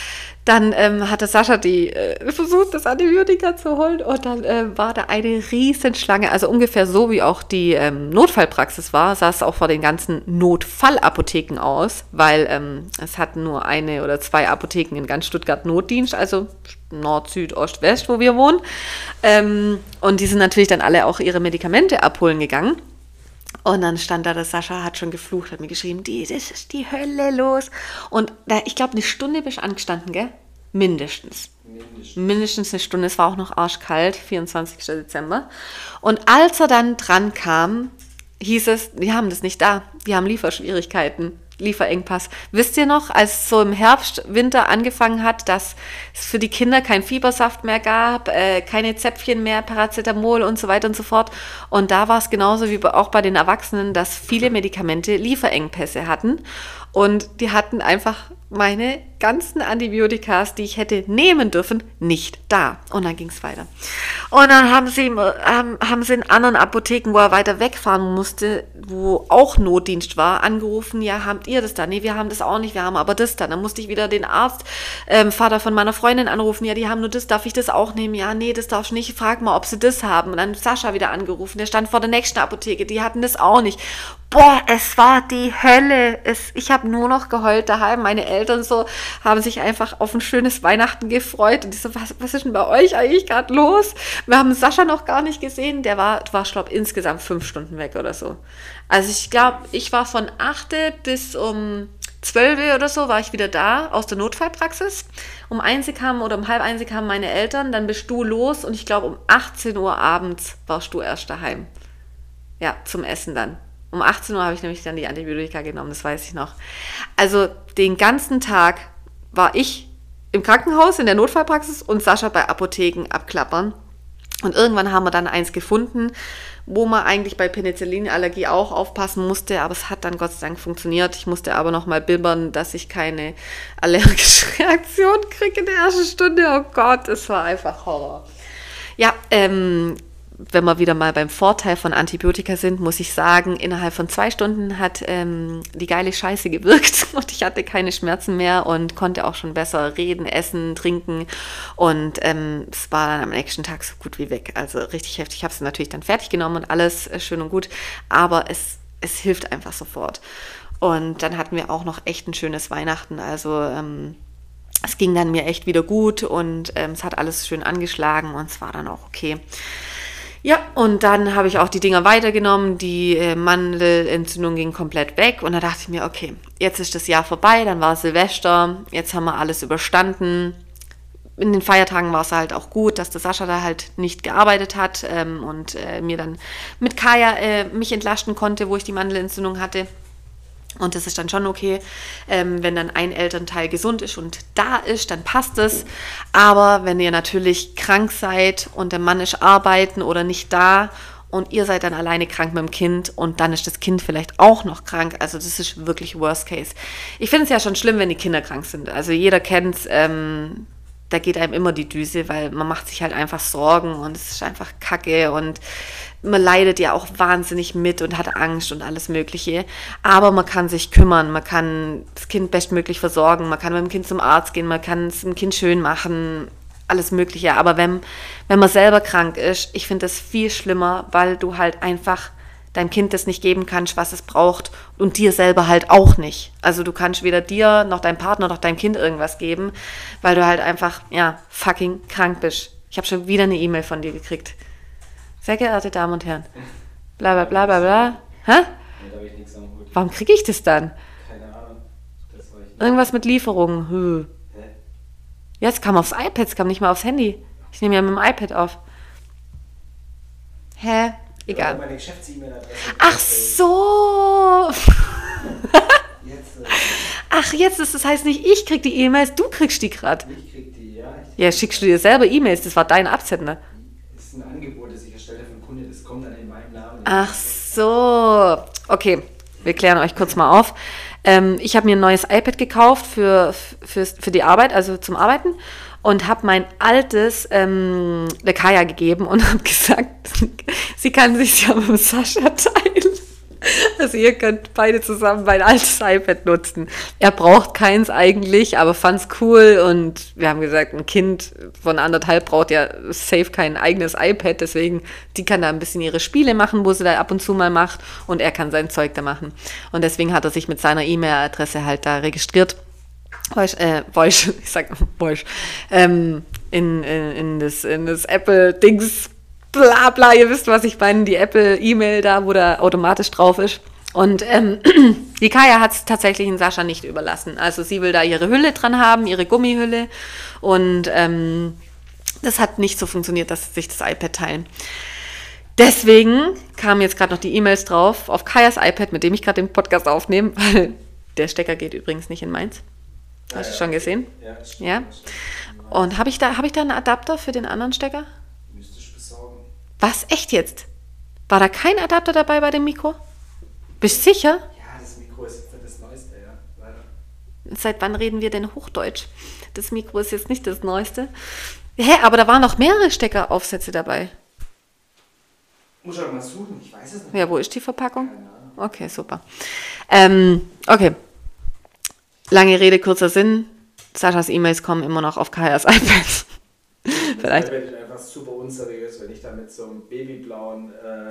Dann ähm, hatte Sascha die äh, versucht, das Antibiotika zu holen und dann äh, war da eine Riesenschlange, also ungefähr so wie auch die ähm, Notfallpraxis war, sah es auch vor den ganzen Notfallapotheken aus, weil ähm, es hatten nur eine oder zwei Apotheken in ganz Stuttgart Notdienst, also Nord, Süd, Ost, West, wo wir wohnen. Ähm, und die sind natürlich dann alle auch ihre Medikamente abholen gegangen. Und dann stand da, der Sascha hat schon geflucht, hat mir geschrieben, die, das ist die Hölle los. Und da, ich glaube, eine Stunde bist du angestanden, gell? Mindestens. Mindestens. Mindestens eine Stunde. Es war auch noch arschkalt, vierundzwanzigster Dezember. Und als er dann dran kam, hieß es, die haben das nicht da. Die haben Lieferschwierigkeiten. Lieferengpass. Wisst ihr noch, als es so im Herbst, Winter angefangen hat, dass es für die Kinder kein Fiebersaft mehr gab, äh, keine Zäpfchen mehr, Paracetamol und so weiter und so fort. Und da war es genauso wie auch bei den Erwachsenen, dass viele Medikamente Lieferengpässe hatten. Und die hatten einfach meine ganzen Antibiotikas, die ich hätte nehmen dürfen, nicht da. Und dann ging es weiter. Und dann haben sie, ähm, haben sie in anderen Apotheken, wo er weiter wegfahren musste, wo auch Notdienst war, angerufen, ja, habt ihr das da? Nee, wir haben das auch nicht, wir haben aber das da. Dann musste ich wieder den Arzt, ähm, Vater von meiner Freundin anrufen, ja, die haben nur das, darf ich das auch nehmen? Ja, nee, das darfst du nicht, frag mal, ob sie das haben. Und dann Sascha wieder angerufen, der stand vor der nächsten Apotheke, die hatten das auch nicht. Boah, es war die Hölle. Es, ich habe nur noch geheult daheim. Meine Eltern so haben sich einfach auf ein schönes Weihnachten gefreut. Und ich so, was, was ist denn bei euch eigentlich gerade los? Wir haben Sascha noch gar nicht gesehen. Der war, war ich glaube, insgesamt fünf Stunden weg oder so. Also ich glaube, ich war von acht bis um zwölf oder so, war ich wieder da aus der Notfallpraxis. Um eins kamen oder um halb eins kamen meine Eltern. Dann bist du los und ich glaube, um achtzehn Uhr abends warst du erst daheim. Ja, zum Essen dann. Um achtzehn Uhr habe ich nämlich dann die Antibiotika genommen, das weiß ich noch. Also den ganzen Tag war ich im Krankenhaus, in der Notfallpraxis und Sascha bei Apotheken abklappern. Und irgendwann haben wir dann eins gefunden, wo man eigentlich bei Penicillinallergie auch aufpassen musste, aber es hat dann Gott sei Dank funktioniert. Ich musste aber noch mal bibbern, dass ich keine allergische Reaktion kriege in der ersten Stunde. Oh Gott, es war einfach Horror. Ja, ähm... wenn wir wieder mal beim Vorteil von Antibiotika sind, muss ich sagen, innerhalb von zwei Stunden hat ähm, die geile Scheiße gewirkt und ich hatte keine Schmerzen mehr und konnte auch schon besser reden, essen, trinken und ähm, es war dann am nächsten Tag so gut wie weg. Also richtig heftig. Ich habe es natürlich dann fertig genommen und alles äh, schön und gut, aber es, es hilft einfach sofort. Und dann hatten wir auch noch echt ein schönes Weihnachten, also ähm, es ging dann mir echt wieder gut und ähm, es hat alles schön angeschlagen und es war dann auch okay. Ja, und dann habe ich auch die Dinger weitergenommen, die äh, Mandelentzündung ging komplett weg und da dachte ich mir, okay, jetzt ist das Jahr vorbei, dann war Silvester, jetzt haben wir alles überstanden. In den Feiertagen war es halt auch gut, dass der Sascha da halt nicht gearbeitet hat ähm, und äh, mir dann mit Kaya äh, mich entlasten konnte, wo ich die Mandelentzündung hatte. Und das ist dann schon okay, ähm, wenn dann ein Elternteil gesund ist und da ist, dann passt es. Aber wenn ihr natürlich krank seid und der Mann ist arbeiten oder nicht da und ihr seid dann alleine krank mit dem Kind und dann ist das Kind vielleicht auch noch krank, also das ist wirklich Worst Case. Ich finde es ja schon schlimm, wenn die Kinder krank sind. Also jeder kennt es, ähm, da geht einem immer die Düse, weil man macht sich halt einfach Sorgen und es ist einfach Kacke und man leidet ja auch wahnsinnig mit und hat Angst und alles Mögliche. Aber man kann sich kümmern, man kann das Kind bestmöglich versorgen, man kann mit dem Kind zum Arzt gehen, man kann es dem Kind schön machen, alles Mögliche. Aber wenn, wenn man selber krank ist, ich finde das viel schlimmer, weil du halt einfach deinem Kind das nicht geben kannst, was es braucht und dir selber halt auch nicht. Also du kannst weder dir noch deinem Partner noch deinem Kind irgendwas geben, weil du halt einfach, ja, fucking krank bist. Ich habe schon wieder eine E-Mail von dir gekriegt. Sehr geehrte Damen und Herren, bla bla bla bla bla. Hä? Nee, da hab ich nichts am Hut. Warum kriege ich das dann? Keine Ahnung. Das war ich. Irgendwas mit Lieferungen. Hm. Hä? Ja, es kam aufs iPad, es kam nicht mal aufs Handy. Ich nehme ja mit dem iPad auf. Hä? Egal. Ja, meine Geschäfts-E-Mail-Adresse. Ach so. Jetzt, äh, Ach, jetzt ist das heißt nicht, ich krieg die E-Mails, du kriegst die gerade. ich krieg die, ja. Ich, Ja, schickst du dir selber E-Mails, das war dein Absender. Das ist ein Angebot, das ich erstelle für den Kunde, das kommt dann in meinem Namen. Ach so. Okay, wir klären euch kurz mal auf. Ähm, ich habe mir ein neues iPad gekauft für, für, für die Arbeit, also zum Arbeiten. Und habe mein altes ähm, der Kaya gegeben und habe gesagt, sie kann sich ja mit dem Sascha teilen. Also ihr könnt beide zusammen mein altes iPad nutzen. Er braucht keins eigentlich, aber fand es cool. Und wir haben gesagt, ein Kind von anderthalb braucht ja safe kein eigenes iPad. Deswegen, die kann da ein bisschen ihre Spiele machen, wo sie da ab und zu mal macht. Und er kann sein Zeug da machen. Und deswegen hat er sich mit seiner E-Mail-Adresse halt da registriert. Voice, äh, Voice, ich sag Voice, ähm, in, in, in das, in das Apple-Dings, bla bla, ihr wisst, was ich meine, die Apple-E-Mail da, wo da automatisch drauf ist. Und ähm, die Kaya hat es tatsächlich in Sascha nicht überlassen. Also sie will da ihre Hülle dran haben, ihre Gummihülle. Und ähm, das hat nicht so funktioniert, dass sie sich das iPad teilen. Deswegen kamen jetzt gerade noch die E-Mails drauf auf Kayas iPad, mit dem ich gerade den Podcast aufnehme, weil der Stecker geht übrigens nicht in meins. Hast du schon gesehen? Ja, stimmt. Ja. Und habe ich da, habe ich da einen Adapter für den anderen Stecker? Müsste ich besorgen. Was? Echt jetzt? War da kein Adapter dabei bei dem Mikro? Bist du sicher? Ja, das Mikro ist jetzt nicht das Neueste, ja. Leider. Seit wann reden wir denn Hochdeutsch? Das Mikro ist jetzt nicht das Neueste. Hä, aber da waren noch mehrere Steckeraufsätze dabei. Muss ich auch mal suchen, ich weiß es nicht. Ja, wo ist die Verpackung? Keine Ahnung. Okay, super. Ähm, okay. Lange Rede, kurzer Sinn. Saschas E-Mails kommen immer noch auf Kajas iPad. Vielleicht. Das wäre einfach super unseriös, wenn ich da mit so einem babyblauen äh,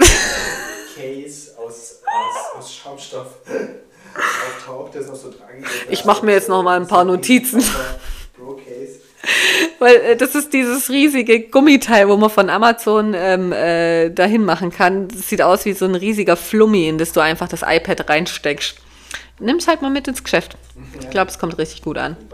Case aus, aus, aus Schaumstoff auftauche, das noch so dran geht. Ich mache mir jetzt noch mal ein paar Notizen. Bro-Case. Weil äh, das ist dieses riesige Gummiteil, wo man von Amazon ähm, äh, dahin machen kann. Das sieht aus wie so ein riesiger Flummi, in das du einfach das iPad reinsteckst. Nimm's halt mal mit ins Geschäft. Ich glaube, es kommt richtig gut an.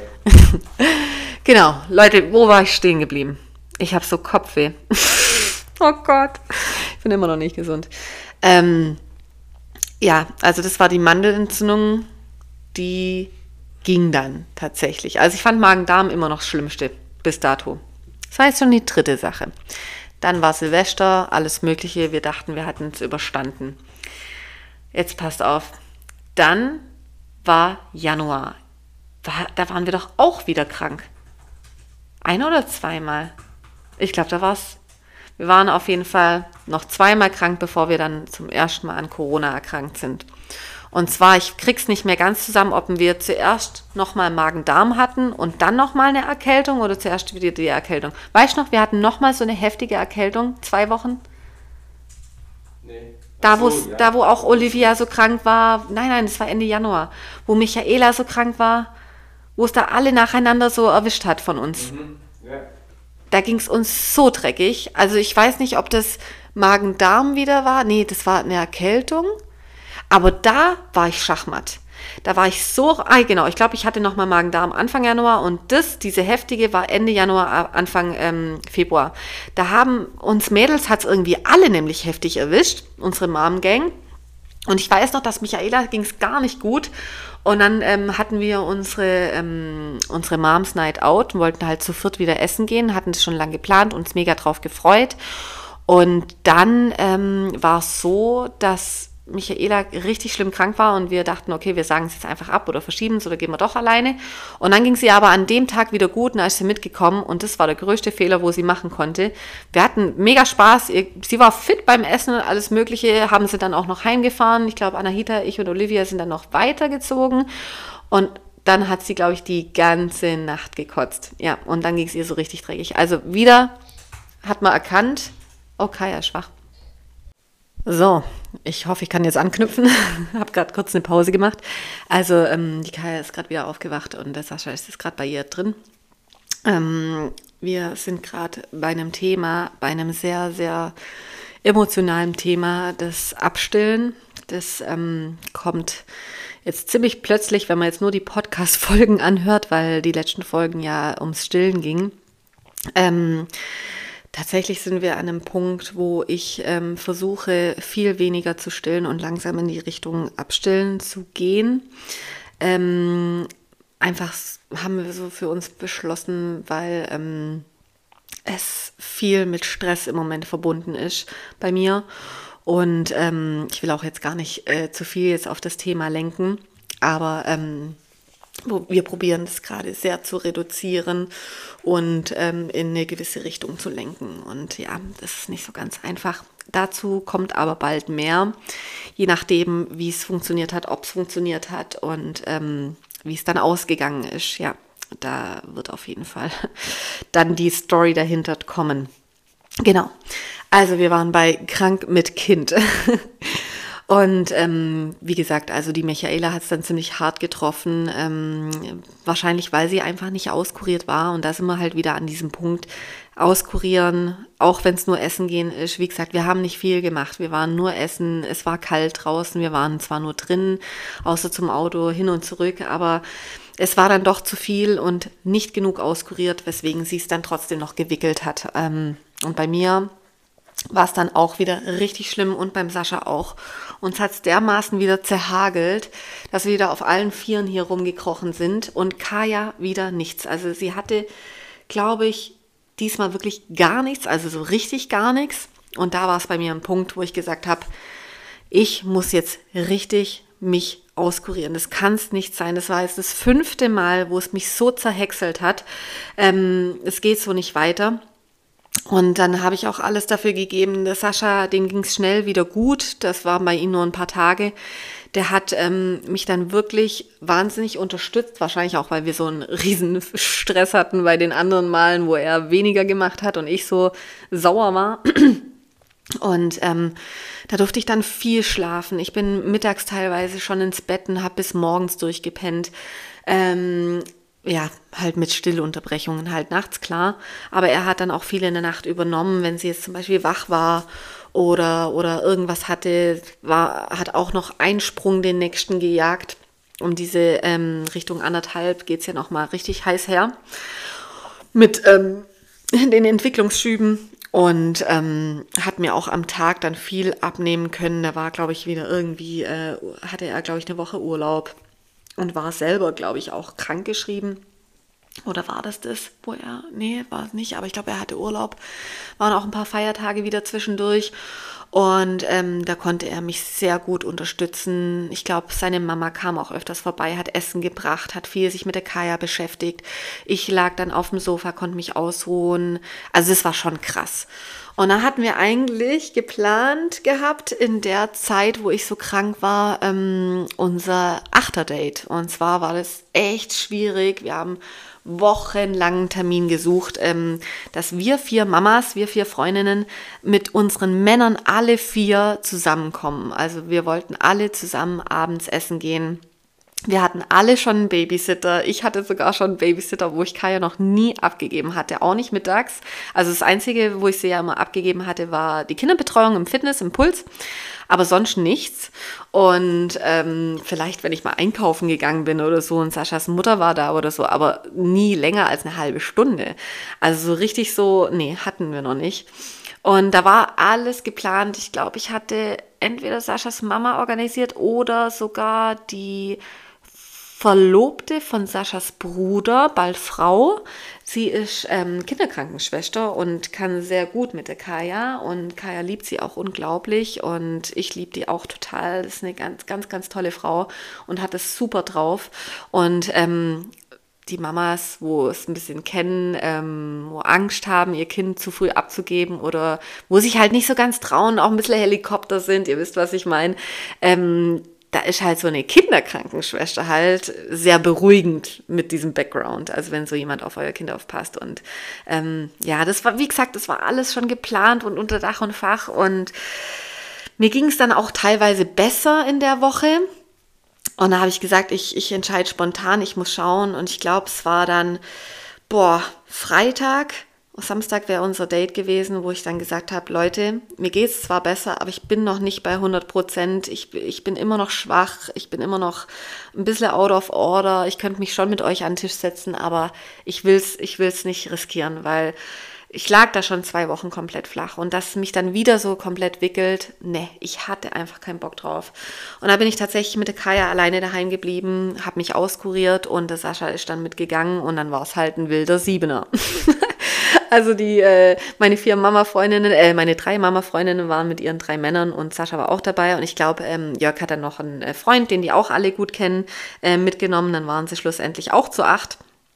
Genau, Leute, wo war ich stehen geblieben? Ich habe so Kopfweh. Oh Gott, ich bin immer noch nicht gesund. Ähm, ja, also das war die Mandelentzündung, die ging dann tatsächlich. Also ich fand Magen-Darm immer noch das Schlimmste bis dato. Das war jetzt schon die dritte Sache. Dann war Silvester, alles Mögliche. Wir dachten, wir hatten es überstanden. Jetzt passt auf. Dann war Januar. War, da waren wir doch auch wieder krank. Ein oder zweimal? Ich glaube, da war es. Wir waren auf jeden Fall noch zweimal krank, bevor wir dann zum ersten Mal an Corona erkrankt sind. Und zwar, ich krieg's nicht mehr ganz zusammen, ob wir zuerst nochmal Magen-Darm hatten und dann nochmal eine Erkältung oder zuerst wieder die Erkältung. Weißt du noch, wir hatten nochmal so eine heftige Erkältung, zwei Wochen. Nee. Da, Ach so, wo ja. da, wo auch Olivia so krank war, nein, nein, das war Ende Januar, wo Michaela so krank war, wo es da alle nacheinander so erwischt hat von uns. Mhm. Ja. Da ging es uns so dreckig. Also ich weiß nicht, ob das Magen-Darm wieder war. Nee, das war eine Erkältung. Aber da war ich schachmatt. Da war ich so, ah genau, ich glaube, ich hatte nochmal Magen-Darm Anfang Januar und das, diese heftige, war Ende Januar, Anfang ähm, Februar. Da haben uns Mädels, hat es irgendwie alle nämlich heftig erwischt, unsere Mom-Gang. Und ich weiß noch, dass Michaela ging es gar nicht gut. Und dann ähm, hatten wir unsere, ähm, unsere Moms Night Out und wollten halt zu viert wieder essen gehen, hatten das schon lange geplant, uns mega drauf gefreut. Und dann ähm, war es so, dass Michaela richtig schlimm krank war und wir dachten, okay, wir sagen es jetzt einfach ab oder verschieben es oder gehen wir doch alleine. Und dann ging sie aber an dem Tag wieder gut und da ist sie mitgekommen und das war der größte Fehler, wo sie machen konnte. Wir hatten mega Spaß, sie war fit beim Essen und alles Mögliche, haben sie dann auch noch heimgefahren. Ich glaube, Anahita, ich und Olivia sind dann noch weitergezogen und dann hat sie, glaube ich, die ganze Nacht gekotzt. Ja, und dann ging es ihr so richtig dreckig. Also wieder hat man erkannt, oh, Kaya ist schwach. So, ich hoffe, ich kann jetzt anknüpfen. Habe gerade kurz eine Pause gemacht. Also ähm, die Kaya ist gerade wieder aufgewacht und der Sascha ist jetzt gerade bei ihr drin. Ähm, wir sind gerade bei einem Thema, bei einem sehr, sehr emotionalen Thema, das Abstillen. Das ähm, kommt jetzt ziemlich plötzlich, wenn man jetzt nur die Podcast-Folgen anhört, weil die letzten Folgen ja ums Stillen gingen. Ähm, Tatsächlich sind wir an einem Punkt, wo ich ähm, versuche, viel weniger zu stillen und langsam in die Richtung Abstillen zu gehen. Ähm, einfach haben wir so für uns beschlossen, weil ähm, es viel mit Stress im Moment verbunden ist bei mir. Und ähm, ich will auch jetzt gar nicht äh, zu viel jetzt auf das Thema lenken, aber ähm, wir probieren das gerade sehr zu reduzieren und ähm, in eine gewisse Richtung zu lenken. Und ja, das ist nicht so ganz einfach. Dazu kommt aber bald mehr, je nachdem, wie es funktioniert hat, ob es funktioniert hat und ähm, wie es dann ausgegangen ist. Ja, da wird auf jeden Fall dann die Story dahinter kommen. Genau. Also wir waren bei Krank mit Kind. Und ähm, wie gesagt, also die Michaela hat es dann ziemlich hart getroffen, ähm, wahrscheinlich weil sie einfach nicht auskuriert war. Und da sind wir halt wieder an diesem Punkt, auskurieren, auch wenn es nur Essen gehen ist. Wie gesagt, wir haben nicht viel gemacht, wir waren nur essen, es war kalt draußen, wir waren zwar nur drin, außer zum Auto hin und zurück, aber es war dann doch zu viel und nicht genug auskuriert, weswegen sie es dann trotzdem noch gewickelt hat. Ähm, und bei mir war es dann auch wieder richtig schlimm und beim Sascha auch. Uns hat es dermaßen wieder zerhagelt, dass wir wieder auf allen Vieren hier rumgekrochen sind und Kaya wieder nichts. Also sie hatte, glaube ich, diesmal wirklich gar nichts, also so richtig gar nichts. Und da war es bei mir ein Punkt, wo ich gesagt habe, ich muss jetzt richtig mich auskurieren. Das kann es nicht sein. Das war jetzt das fünfte Mal, wo es mich so zerhäckselt hat. Ähm, es geht so nicht weiter. Und dann habe ich auch alles dafür gegeben. Der Sascha, dem ging es schnell wieder gut. Das war bei ihm nur ein paar Tage. Der hat ähm, mich dann wirklich wahnsinnig unterstützt. Wahrscheinlich auch, weil wir so einen riesen Stress hatten bei den anderen Malen, wo er weniger gemacht hat und ich so sauer war. Und ähm, da durfte ich dann viel schlafen. Ich bin mittags teilweise schon ins Bett und habe bis morgens durchgepennt. Ähm, Ja, halt mit Stillunterbrechungen halt nachts, klar. Aber er hat dann auch viel in der Nacht übernommen, wenn sie jetzt zum Beispiel wach war oder, oder irgendwas hatte, war, hat auch noch einen Sprung den nächsten gejagt. Um diese ähm, Richtung anderthalb geht es ja nochmal richtig heiß her mit ähm, den Entwicklungsschüben und ähm, hat mir auch am Tag dann viel abnehmen können. Da war, glaube ich, wieder irgendwie, äh, hatte er, glaube ich, eine Woche Urlaub. Und war selber, glaube ich, auch krankgeschrieben. Oder war das das, wo er, nee, war es nicht, aber ich glaube, er hatte Urlaub. Waren auch ein paar Feiertage wieder zwischendurch. Und ähm, da konnte er mich sehr gut unterstützen. Ich glaube, seine Mama kam auch öfters vorbei, hat Essen gebracht, hat viel sich mit der Kaya beschäftigt. Ich lag dann auf dem Sofa, konnte mich ausruhen. Also es war schon krass. Und dann hatten wir eigentlich geplant gehabt, in der Zeit, wo ich so krank war, ähm, unser Achterdate. Und zwar war das echt schwierig. Wir haben wochenlang einen Termin gesucht, ähm, dass wir vier Mamas, wir vier Freundinnen mit unseren Männern alle vier zusammenkommen. Also wir wollten alle zusammen abends essen gehen. Wir hatten alle schon einen Babysitter. Ich hatte sogar schon einen Babysitter, wo ich Kaya noch nie abgegeben hatte, auch nicht mittags. Also das Einzige, wo ich sie ja immer abgegeben hatte, war die Kinderbetreuung im Fitness, im Puls, aber sonst nichts. Und ähm, vielleicht, wenn ich mal einkaufen gegangen bin oder so und Saschas Mutter war da oder so, aber nie länger als eine halbe Stunde. Also so richtig so, nee, hatten wir noch nicht. Und da war alles geplant. Ich glaube, ich hatte entweder Saschas Mama organisiert oder sogar die Verlobte von Saschas Bruder, bald Frau. Sie ist ähm, Kinderkrankenschwester und kann sehr gut mit der Kaya und Kaya liebt sie auch unglaublich und ich liebe die auch total. Das ist eine ganz, ganz, ganz tolle Frau und hat es super drauf und ähm, die Mamas, wo es ein bisschen kennen, ähm, wo Angst haben, ihr Kind zu früh abzugeben oder wo sich halt nicht so ganz trauen, auch ein bisschen Helikopter sind, ihr wisst, was ich meine, ähm, da ist halt so eine Kinderkrankenschwester halt sehr beruhigend mit diesem Background, also wenn so jemand auf euer Kind aufpasst und ähm, ja, das war, wie gesagt, das war alles schon geplant und unter Dach und Fach und mir ging es dann auch teilweise besser in der Woche. Und da habe ich gesagt, ich, ich entscheide spontan, ich muss schauen. Und ich glaube, es war dann, boah, Freitag, Samstag wäre unser Date gewesen, wo ich dann gesagt habe, Leute, mir geht es zwar besser, aber ich bin noch nicht bei hundert Prozent. Ich, ich bin immer noch schwach, ich bin immer noch ein bisschen out of order. Ich könnte mich schon mit euch an den Tisch setzen, aber ich will es ich will's nicht riskieren, weil ich lag da schon zwei Wochen komplett flach und dass mich dann wieder so komplett wickelt, ne, ich hatte einfach keinen Bock drauf. Und da bin ich tatsächlich mit der Kaya alleine daheim geblieben, habe mich auskuriert und der Sascha ist dann mitgegangen und dann war es halt ein wilder Siebener. Also die, äh, meine vier Mama-Freundinnen, äh, meine drei Mama-Freundinnen waren mit ihren drei Männern und Sascha war auch dabei und ich glaube, ähm, Jörg hat dann noch einen äh, Freund, den die auch alle gut kennen, äh, mitgenommen, dann waren sie schlussendlich auch zu acht.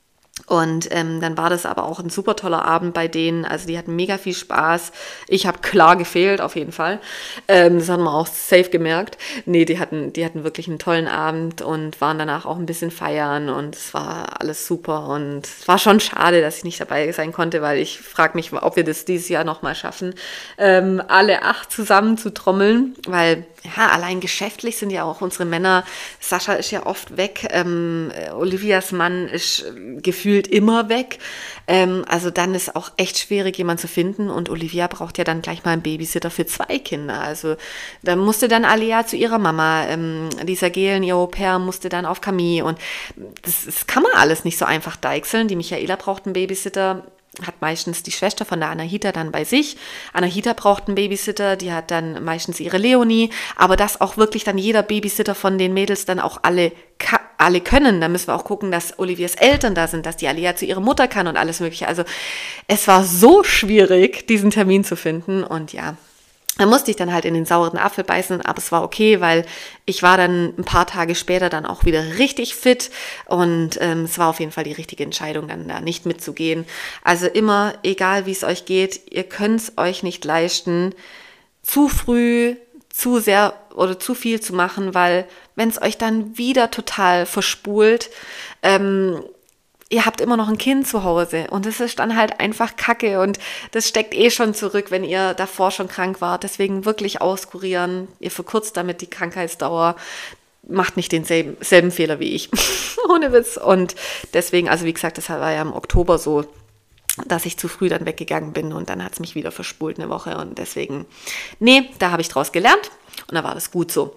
Und ähm, dann war das aber auch ein super toller Abend bei denen, also die hatten mega viel Spaß, ich habe klar gefehlt, auf jeden Fall, ähm, das haben wir auch safe gemerkt, nee, die hatten, die hatten wirklich einen tollen Abend und waren danach auch ein bisschen feiern und es war alles super und es war schon schade, dass ich nicht dabei sein konnte, weil ich frage mich, ob wir das dieses Jahr nochmal schaffen, ähm, alle acht zusammen zu trommeln, weil ja, allein geschäftlich sind ja auch unsere Männer, Sascha ist ja oft weg, ähm, Olivias Mann ist gefühlt immer weg, ähm, also dann ist auch echt schwierig, jemanden zu finden und Olivia braucht ja dann gleich mal einen Babysitter für zwei Kinder, also da musste dann Alia zu ihrer Mama, ähm, Lisa Gehlen, ihr Au-pair, musste dann auf Camille und das, das kann man alles nicht so einfach deichseln, die Michaela braucht einen Babysitter, hat meistens die Schwester von der Anahita dann bei sich. Anahita braucht einen Babysitter, die hat dann meistens ihre Leonie, aber dass auch wirklich dann jeder Babysitter von den Mädels dann auch alle, alle können, da müssen wir auch gucken, dass Olivias Eltern da sind, dass die Alia zu ihrer Mutter kann und alles mögliche. Also es war so schwierig, diesen Termin zu finden und ja, da musste ich dann halt in den sauren Apfel beißen, aber es war okay, weil ich war dann ein paar Tage später dann auch wieder richtig fit und ähm, es war auf jeden Fall die richtige Entscheidung, dann da nicht mitzugehen. Also immer, egal wie es euch geht, ihr könnt es euch nicht leisten, zu früh, zu sehr oder zu viel zu machen, weil wenn es euch dann wieder total verspult, ähm, ihr habt immer noch ein Kind zu Hause und das ist dann halt einfach Kacke und das steckt eh schon zurück, wenn ihr davor schon krank wart. Deswegen wirklich auskurieren. Ihr verkürzt damit die Krankheitsdauer. Macht nicht denselben selben Fehler wie ich. Ohne Witz. Und deswegen, also wie gesagt, das war ja im Oktober so, dass ich zu früh dann weggegangen bin und dann hat es mich wieder verspult eine Woche und deswegen, nee, da habe ich draus gelernt und da war das gut so.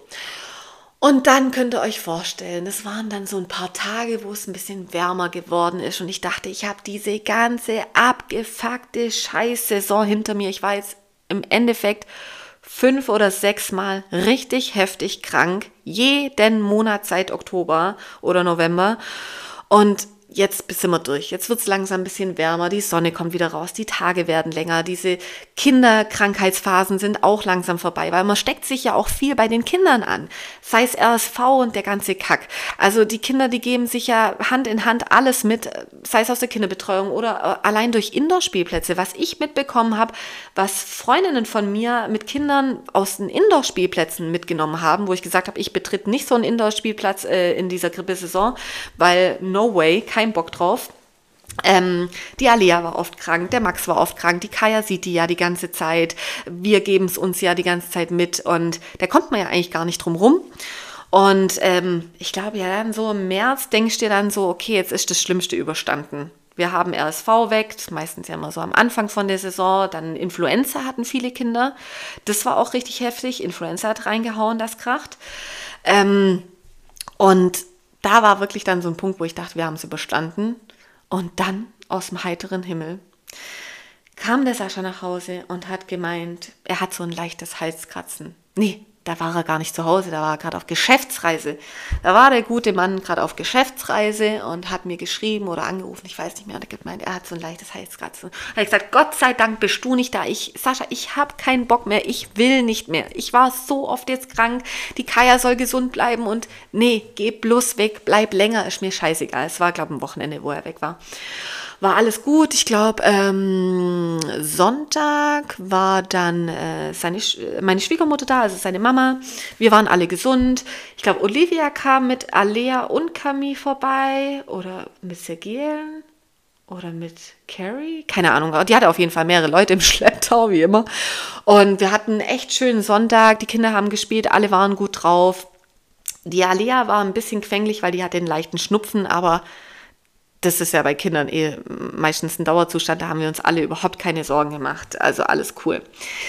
Und dann könnt ihr euch vorstellen, es waren dann so ein paar Tage, wo es ein bisschen wärmer geworden ist und ich dachte, ich habe diese ganze abgefuckte Scheiß-Saison hinter mir. Ich war jetzt im Endeffekt fünf oder sechs Mal richtig heftig krank, jeden Monat seit Oktober oder November und jetzt sind wir durch. Jetzt wird es langsam ein bisschen wärmer, die Sonne kommt wieder raus, die Tage werden länger, diese Kinderkrankheitsphasen sind auch langsam vorbei, weil man steckt sich ja auch viel bei den Kindern an, sei es R S V und der ganze Kack. Also die Kinder, die geben sich ja Hand in Hand alles mit, sei es aus der Kinderbetreuung oder allein durch Indoor-Spielplätze. Was ich mitbekommen habe, was Freundinnen von mir mit Kindern aus den Indoor-Spielplätzen mitgenommen haben, wo ich gesagt habe, ich betritt nicht so einen Indoor-Spielplatz äh, in dieser Grippesaison, weil no way, kein Bock drauf. Ähm, die Alia war oft krank, der Max war oft krank, die Kaya sieht die ja die ganze Zeit, wir geben es uns ja die ganze Zeit mit und da kommt man ja eigentlich gar nicht drum rum. Und ähm, ich glaube ja dann so im März denkst du dir dann so, okay, jetzt ist das Schlimmste überstanden. Wir haben R S V weg, das ist meistens ja immer so am Anfang von der Saison, dann Influenza hatten viele Kinder, das war auch richtig heftig, Influenza hat reingehauen, das kracht. Ähm, und da war wirklich dann so ein Punkt, wo ich dachte, wir haben es überstanden. Und dann aus dem heiteren Himmel kam der Sascha nach Hause und hat gemeint, er hat so ein leichtes Halskratzen. Nee, da war er gar nicht zu Hause, da war er gerade auf Geschäftsreise. Da war der gute Mann gerade auf Geschäftsreise und hat mir geschrieben oder angerufen, ich weiß nicht mehr, und er hat gemeint, er hat so ein leichtes Halskratzen. Er hat gesagt, Gott sei Dank bist du nicht da. Ich, Sascha, ich habe keinen Bock mehr, ich will nicht mehr. Ich war so oft jetzt krank, die Kaya soll gesund bleiben und nee, geh bloß weg, bleib länger, ist mir scheißegal. Es war, glaube ich, ein Wochenende, wo er weg war. War alles gut. Ich glaube, ähm, Sonntag war dann äh, seine, meine Schwiegermutter da, also seine Mama. Wir waren alle gesund. Ich glaube, Olivia kam mit Alea und Camille vorbei oder mit Sergelen oder mit Carrie. Keine Ahnung. Die hatte auf jeden Fall mehrere Leute im Schlepptau, wie immer. Und wir hatten einen echt schönen Sonntag. Die Kinder haben gespielt, alle waren gut drauf. Die Alea war ein bisschen quengelig, weil die hatte einen leichten Schnupfen, aber das ist ja bei Kindern eh meistens ein Dauerzustand, da haben wir uns alle überhaupt keine Sorgen gemacht. Also alles cool.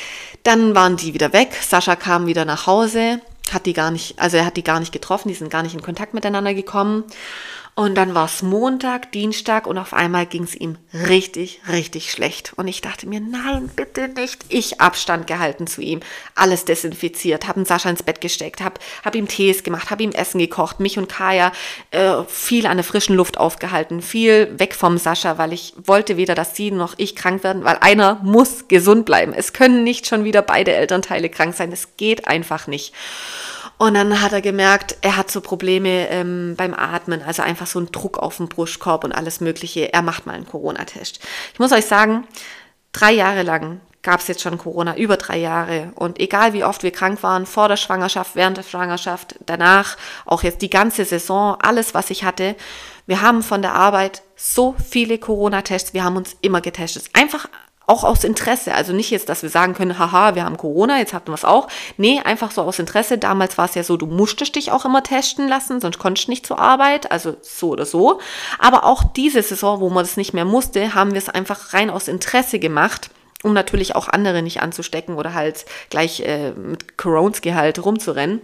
Dann waren die wieder weg. Sascha kam wieder nach Hause, hat die gar nicht, also er hat die gar nicht getroffen, die sind gar nicht in Kontakt miteinander gekommen. Und dann war es Montag, Dienstag und auf einmal ging es ihm richtig, richtig schlecht. Und ich dachte mir, nein, bitte nicht. Ich Abstand gehalten zu ihm, alles desinfiziert, habe ihn Sascha ins Bett gesteckt, habe hab ihm Tees gemacht, habe ihm Essen gekocht, mich und Kaya äh, viel an der frischen Luft aufgehalten, viel weg vom Sascha, weil ich wollte weder, dass sie noch ich krank werden, weil einer muss gesund bleiben. Es können nicht schon wieder beide Elternteile krank sein, das geht einfach nicht. Und dann hat er gemerkt, er hat so Probleme ähm, beim Atmen, also einfach so einen Druck auf den Brustkorb und alles Mögliche. Er macht mal einen Corona-Test. Ich muss euch sagen, drei Jahre lang gab es jetzt schon Corona, über drei Jahre. Und egal wie oft wir krank waren, vor der Schwangerschaft, während der Schwangerschaft, danach, auch jetzt die ganze Saison, alles, was ich hatte, wir haben von der Arbeit so viele Corona-Tests, wir haben uns immer getestet. Einfach auch aus Interesse, also nicht jetzt, dass wir sagen können, haha, wir haben Corona, jetzt hatten wir es auch. Nee, einfach so aus Interesse. Damals war es ja so, du musstest dich auch immer testen lassen, sonst konntest du nicht zur Arbeit, also so oder so. Aber auch diese Saison, wo man das nicht mehr musste, haben wir es einfach rein aus Interesse gemacht, um natürlich auch andere nicht anzustecken oder halt gleich äh, mit Coronski halt rumzurennen.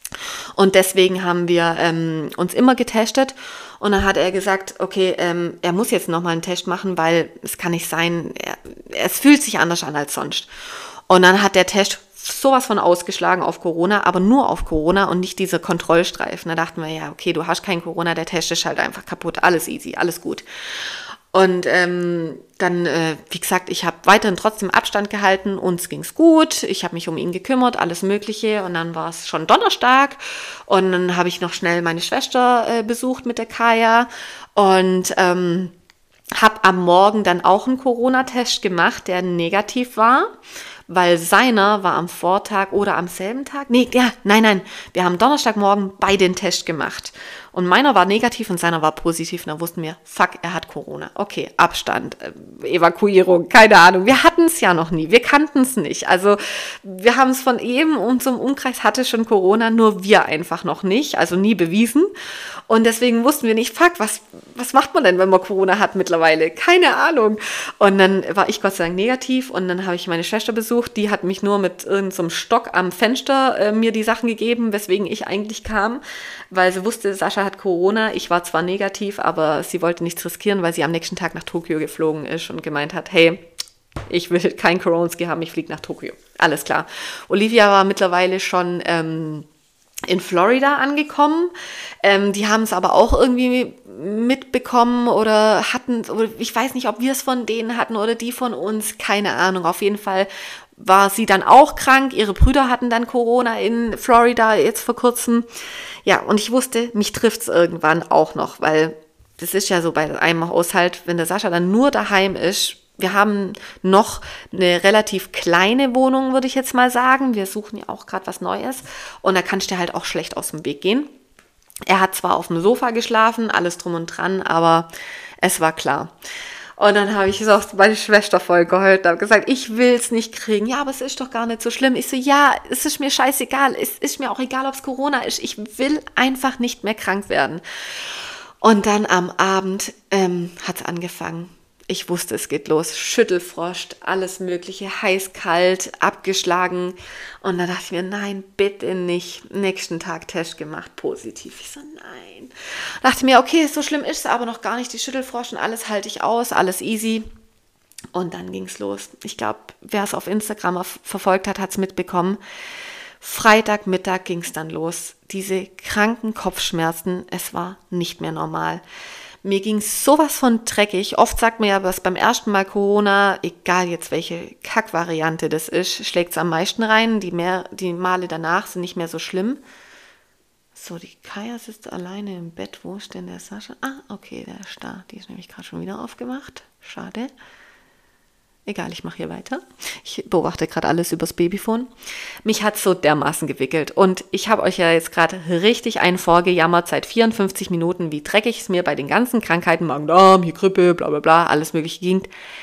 Und deswegen haben wir ähm, uns immer getestet und dann hat er gesagt, okay, ähm, er muss jetzt nochmal einen Test machen, weil es kann nicht sein, er, es fühlt sich anders an als sonst. Und dann hat der Test sowas von ausgeschlagen auf Corona, aber nur auf Corona und nicht diese Kontrollstreifen. Da dachten wir, ja, okay, du hast kein Corona, der Test ist halt einfach kaputt, alles easy, alles gut. Und ähm, dann, äh, wie gesagt, ich habe weiterhin trotzdem Abstand gehalten, uns ging's gut, ich habe mich um ihn gekümmert, alles Mögliche und dann war es schon Donnerstag und dann habe ich noch schnell meine Schwester äh, besucht mit der Kaya und ähm, habe am Morgen dann auch einen Corona-Test gemacht, der negativ war, weil seiner war am Vortag oder am selben Tag, nee, ja, nein, nein, wir haben Donnerstagmorgen beide den Test gemacht. Und meiner war negativ und seiner war positiv. Und da wussten wir, fuck, er hat Corona. Okay, Abstand, äh, Evakuierung, keine Ahnung. Wir hatten es ja noch nie, wir kannten es nicht. Also wir haben es von eben und zum Umkreis hatte schon Corona, nur wir einfach noch nicht, also nie bewiesen. Und deswegen wussten wir nicht, fuck, was, was macht man denn, wenn man Corona hat mittlerweile? Keine Ahnung. Und dann war ich Gott sei Dank negativ und dann habe ich meine Schwester besucht. Die hat mich nur mit irgendeinem Stock am Fenster äh, mir die Sachen gegeben, weswegen ich eigentlich kam, weil sie wusste, Sascha hat Corona. Ich war zwar negativ, aber sie wollte nichts riskieren, weil sie am nächsten Tag nach Tokio geflogen ist und gemeint hat, hey, ich will kein Coronski haben, ich fliege nach Tokio. Alles klar. Olivia war mittlerweile schon ähm, in Florida angekommen. Ähm, die haben es aber auch irgendwie mitbekommen oder hatten, oder ich weiß nicht, ob wir es von denen hatten oder die von uns, keine Ahnung. Auf jeden Fall war sie dann auch krank. Ihre Brüder hatten dann Corona in Florida jetzt vor kurzem. Ja, und ich wusste, mich trifft es irgendwann auch noch, weil das ist ja so bei einem Haushalt, wenn der Sascha dann nur daheim ist. Wir haben noch eine relativ kleine Wohnung, würde ich jetzt mal sagen. Wir suchen ja auch gerade was Neues. Und da kannst du halt auch schlecht aus dem Weg gehen. Er hat zwar auf dem Sofa geschlafen, alles drum und dran, aber es war klar. Und dann habe ich so meine Schwester voll geheult und habe gesagt, ich will es nicht kriegen. Ja, aber es ist doch gar nicht so schlimm. Ich so, ja, es ist mir scheißegal. Es ist mir auch egal, ob es Corona ist. Ich will einfach nicht mehr krank werden. Und dann am Abend ähm, hat es angefangen. Ich wusste, es geht los. Schüttelfrost, alles Mögliche, heiß, kalt, abgeschlagen. Und da dachte ich mir, nein, bitte nicht. Nächsten Tag Test gemacht, positiv. Ich so, nein. Dachte mir, okay, so schlimm ist es aber noch gar nicht. Die Schüttelfrost und alles halte ich aus, alles easy. Und dann ging es los. Ich glaube, wer es auf Instagram auf, verfolgt hat, hat es mitbekommen. Freitagmittag ging es dann los. Diese kranken Kopfschmerzen, es war nicht mehr normal. Mir ging sowas von dreckig. Oft sagt man ja, was beim ersten Mal Corona, egal jetzt welche Kackvariante das ist, schlägt es am meisten rein. Die, mehr, die Male danach sind nicht mehr so schlimm. So, die Kaya sitzt alleine im Bett. Wo ist denn der Sascha? Ah, okay, der ist da. Die ist nämlich gerade schon wieder aufgemacht. Schade. Egal, ich mache hier weiter. Ich beobachte gerade alles übers Babyphone. Mich hat so dermaßen gewickelt. Und ich habe euch ja jetzt gerade richtig einen vorgejammert seit vierundfünfzig Minuten, wie dreckig es mir bei den ganzen Krankheiten, Magen-Darm, hier Grippe, bla bla bla, alles mögliche ging.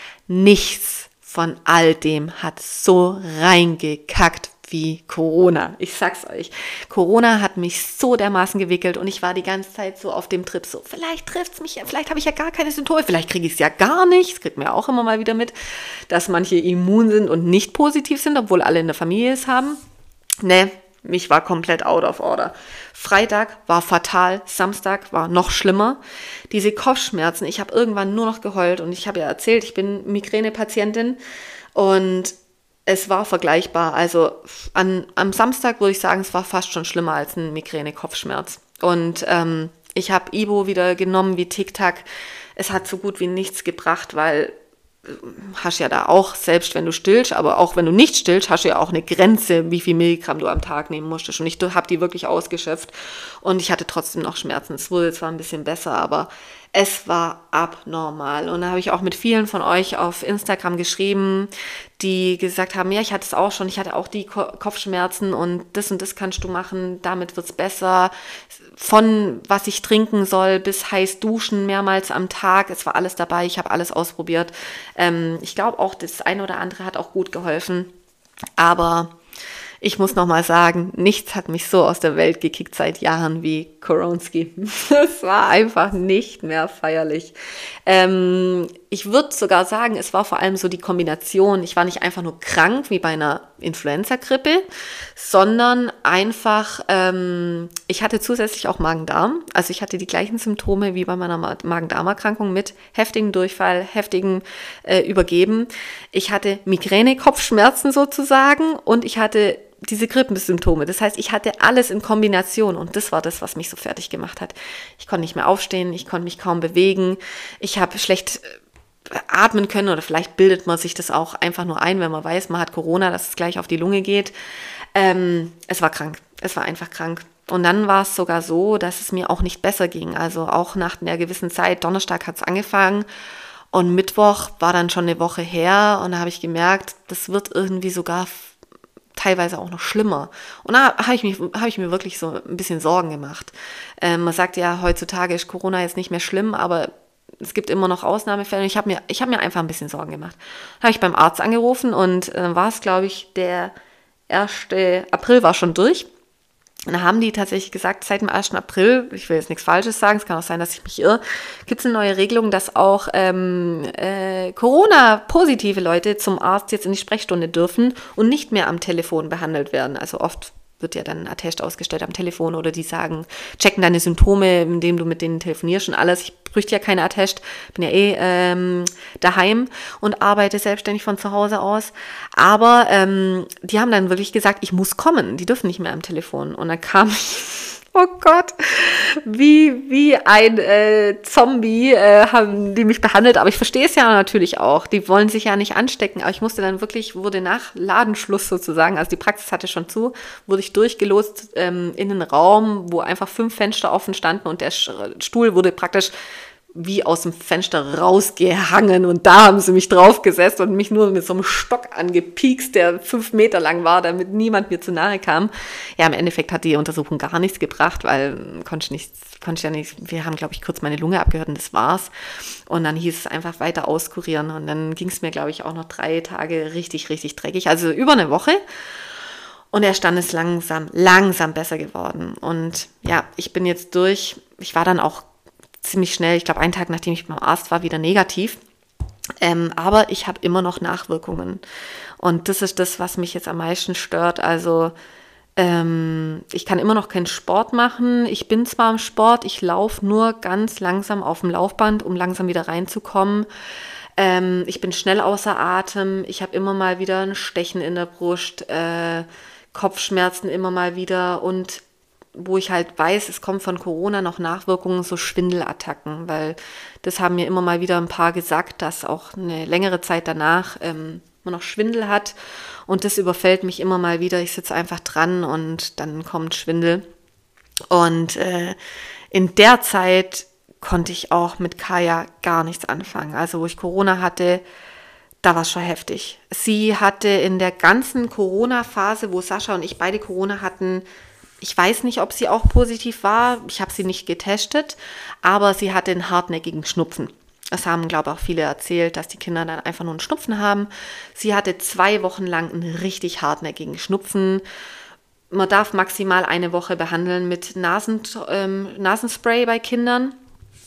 Nichts von all dem hat so reingekackt wie Corona. Ich sag's euch. Corona hat mich so dermaßen gewickelt und ich war die ganze Zeit so auf dem Trip so, vielleicht trifft's mich, vielleicht habe ich ja gar keine Symptome, vielleicht kriege ich es ja gar nicht. Das kriegt man ja auch immer mal wieder mit, dass manche immun sind und nicht positiv sind, obwohl alle in der Familie es haben. Ne, mich war komplett out of order. Freitag war fatal, Samstag war noch schlimmer. Diese Kopfschmerzen, ich habe irgendwann nur noch geheult und ich habe ja erzählt, ich bin Migränepatientin und es war vergleichbar. Also an, am Samstag würde ich sagen, es war fast schon schlimmer als ein Migräne-Kopfschmerz. Und ähm, ich habe Ibo wieder genommen wie Tic-Tac. Es hat so gut wie nichts gebracht, weil hast ja da auch, selbst wenn du stillst, aber auch wenn du nicht stillst, hast du ja auch eine Grenze, wie viel Milligramm du am Tag nehmen musstest. Und ich habe die wirklich ausgeschöpft und ich hatte trotzdem noch Schmerzen. Es wurde zwar ein bisschen besser, aber es war abnormal. Und da habe ich auch mit vielen von euch auf Instagram geschrieben, die gesagt haben, ja, ich hatte es auch schon, ich hatte auch die Ko- Kopfschmerzen und das und das kannst du machen, damit wird es besser. Von was ich trinken soll bis heiß duschen mehrmals am Tag, es war alles dabei, ich habe alles ausprobiert. Ähm, ich glaube auch, das eine oder andere hat auch gut geholfen, aber ich muss nochmal sagen, nichts hat mich so aus der Welt gekickt seit Jahren wie Koronski. Es war einfach nicht mehr feierlich. Ähm, ich würde sogar sagen, es war vor allem so die Kombination. Ich war nicht einfach nur krank wie bei einer Influenza-Grippe, sondern einfach, ähm, ich hatte zusätzlich auch Magen-Darm. Also ich hatte die gleichen Symptome wie bei meiner Magen-Darm-Erkrankung mit heftigen Durchfall, heftigen äh, Übergeben. Ich hatte Migräne, Kopfschmerzen sozusagen und ich hatte diese Grippensymptome. Das heißt, ich hatte alles in Kombination und das war das, was mich so fertig gemacht hat. Ich konnte nicht mehr aufstehen, ich konnte mich kaum bewegen, ich habe schlecht atmen können oder vielleicht bildet man sich das auch einfach nur ein, wenn man weiß, man hat Corona, dass es gleich auf die Lunge geht. Ähm, es war krank, es war einfach krank. Und dann war es sogar so, dass es mir auch nicht besser ging. Also auch nach einer gewissen Zeit, Donnerstag hat es angefangen und Mittwoch war dann schon eine Woche her und da habe ich gemerkt, das wird irgendwie sogar teilweise auch noch schlimmer. Und da habe ich, mich, hab ich mir wirklich so ein bisschen Sorgen gemacht. Ähm, man sagt ja, heutzutage ist Corona jetzt nicht mehr schlimm, aber es gibt immer noch Ausnahmefälle. Ich habe mir, ich hab mir einfach ein bisschen Sorgen gemacht. Da habe ich beim Arzt angerufen und äh, war es, glaube ich, der erste April war schon durch. Und da haben die tatsächlich gesagt, seit dem ersten April, ich will jetzt nichts Falsches sagen, es kann auch sein, dass ich mich irre, gibt es eine neue Regelung, dass auch ähm, äh, Corona-positive Leute zum Arzt jetzt in die Sprechstunde dürfen und nicht mehr am Telefon behandelt werden. Also oft wird ja dann ein Attest ausgestellt am Telefon oder die sagen, checken deine Symptome, indem du mit denen telefonierst und alles. Ich bräuchte ja keine Attest, bin ja eh ähm, daheim und arbeite selbstständig von zu Hause aus. Aber ähm, die haben dann wirklich gesagt, ich muss kommen, die dürfen nicht mehr am Telefon. Und dann kam ich, oh Gott, wie, wie ein äh, Zombie äh, haben die mich behandelt. Aber ich verstehe es ja natürlich auch. Die wollen sich ja nicht anstecken. Aber ich musste dann wirklich, wurde nach Ladenschluss sozusagen, also die Praxis hatte schon zu, wurde ich durchgelost ähm, in einen Raum, wo einfach fünf Fenster offen standen und der Stuhl wurde praktisch wie aus dem Fenster rausgehangen und da haben sie mich draufgesetzt und mich nur mit so einem Stock angepiekst, der fünf Meter lang war, damit niemand mir zu nahe kam. Ja, im Endeffekt hat die Untersuchung gar nichts gebracht, weil konnte ich nichts, konnte ich ja nicht, wir haben, glaube ich, kurz meine Lunge abgehört und das war's. Und dann hieß es einfach weiter auskurieren und dann ging es mir, glaube ich, auch noch drei Tage richtig, richtig dreckig, also über eine Woche. Und der Stand ist langsam, langsam besser geworden. Und ja, ich bin jetzt durch, ich war dann auch ziemlich schnell, ich glaube einen Tag nachdem ich beim Arzt war, wieder negativ. Ähm, aber ich habe immer noch Nachwirkungen. Und das ist das, was mich jetzt am meisten stört. Also ähm, ich kann immer noch keinen Sport machen. Ich bin zwar im Sport, ich laufe nur ganz langsam auf dem Laufband, um langsam wieder reinzukommen. Ähm, ich bin schnell außer Atem. Ich habe immer mal wieder ein Stechen in der Brust. Äh, Kopfschmerzen immer mal wieder und wo ich halt weiß, es kommt von Corona noch Nachwirkungen, so Schwindelattacken, weil das haben mir immer mal wieder ein paar gesagt, dass auch eine längere Zeit danach ähm, man noch Schwindel hat und das überfällt mich immer mal wieder. Ich sitze einfach dran und dann kommt Schwindel und äh, in der Zeit konnte ich auch mit Kaya gar nichts anfangen. Also wo ich Corona hatte, da war es schon heftig. Sie hatte in der ganzen Corona-Phase, wo Sascha und ich beide Corona hatten, ich weiß nicht, ob sie auch positiv war. Ich habe sie nicht getestet, aber sie hatte einen hartnäckigen Schnupfen. Das haben, glaube ich, auch viele erzählt, dass die Kinder dann einfach nur einen Schnupfen haben. Sie hatte zwei Wochen lang einen richtig hartnäckigen Schnupfen. Man darf maximal eine Woche behandeln mit Nasen, ähm, Nasenspray bei Kindern.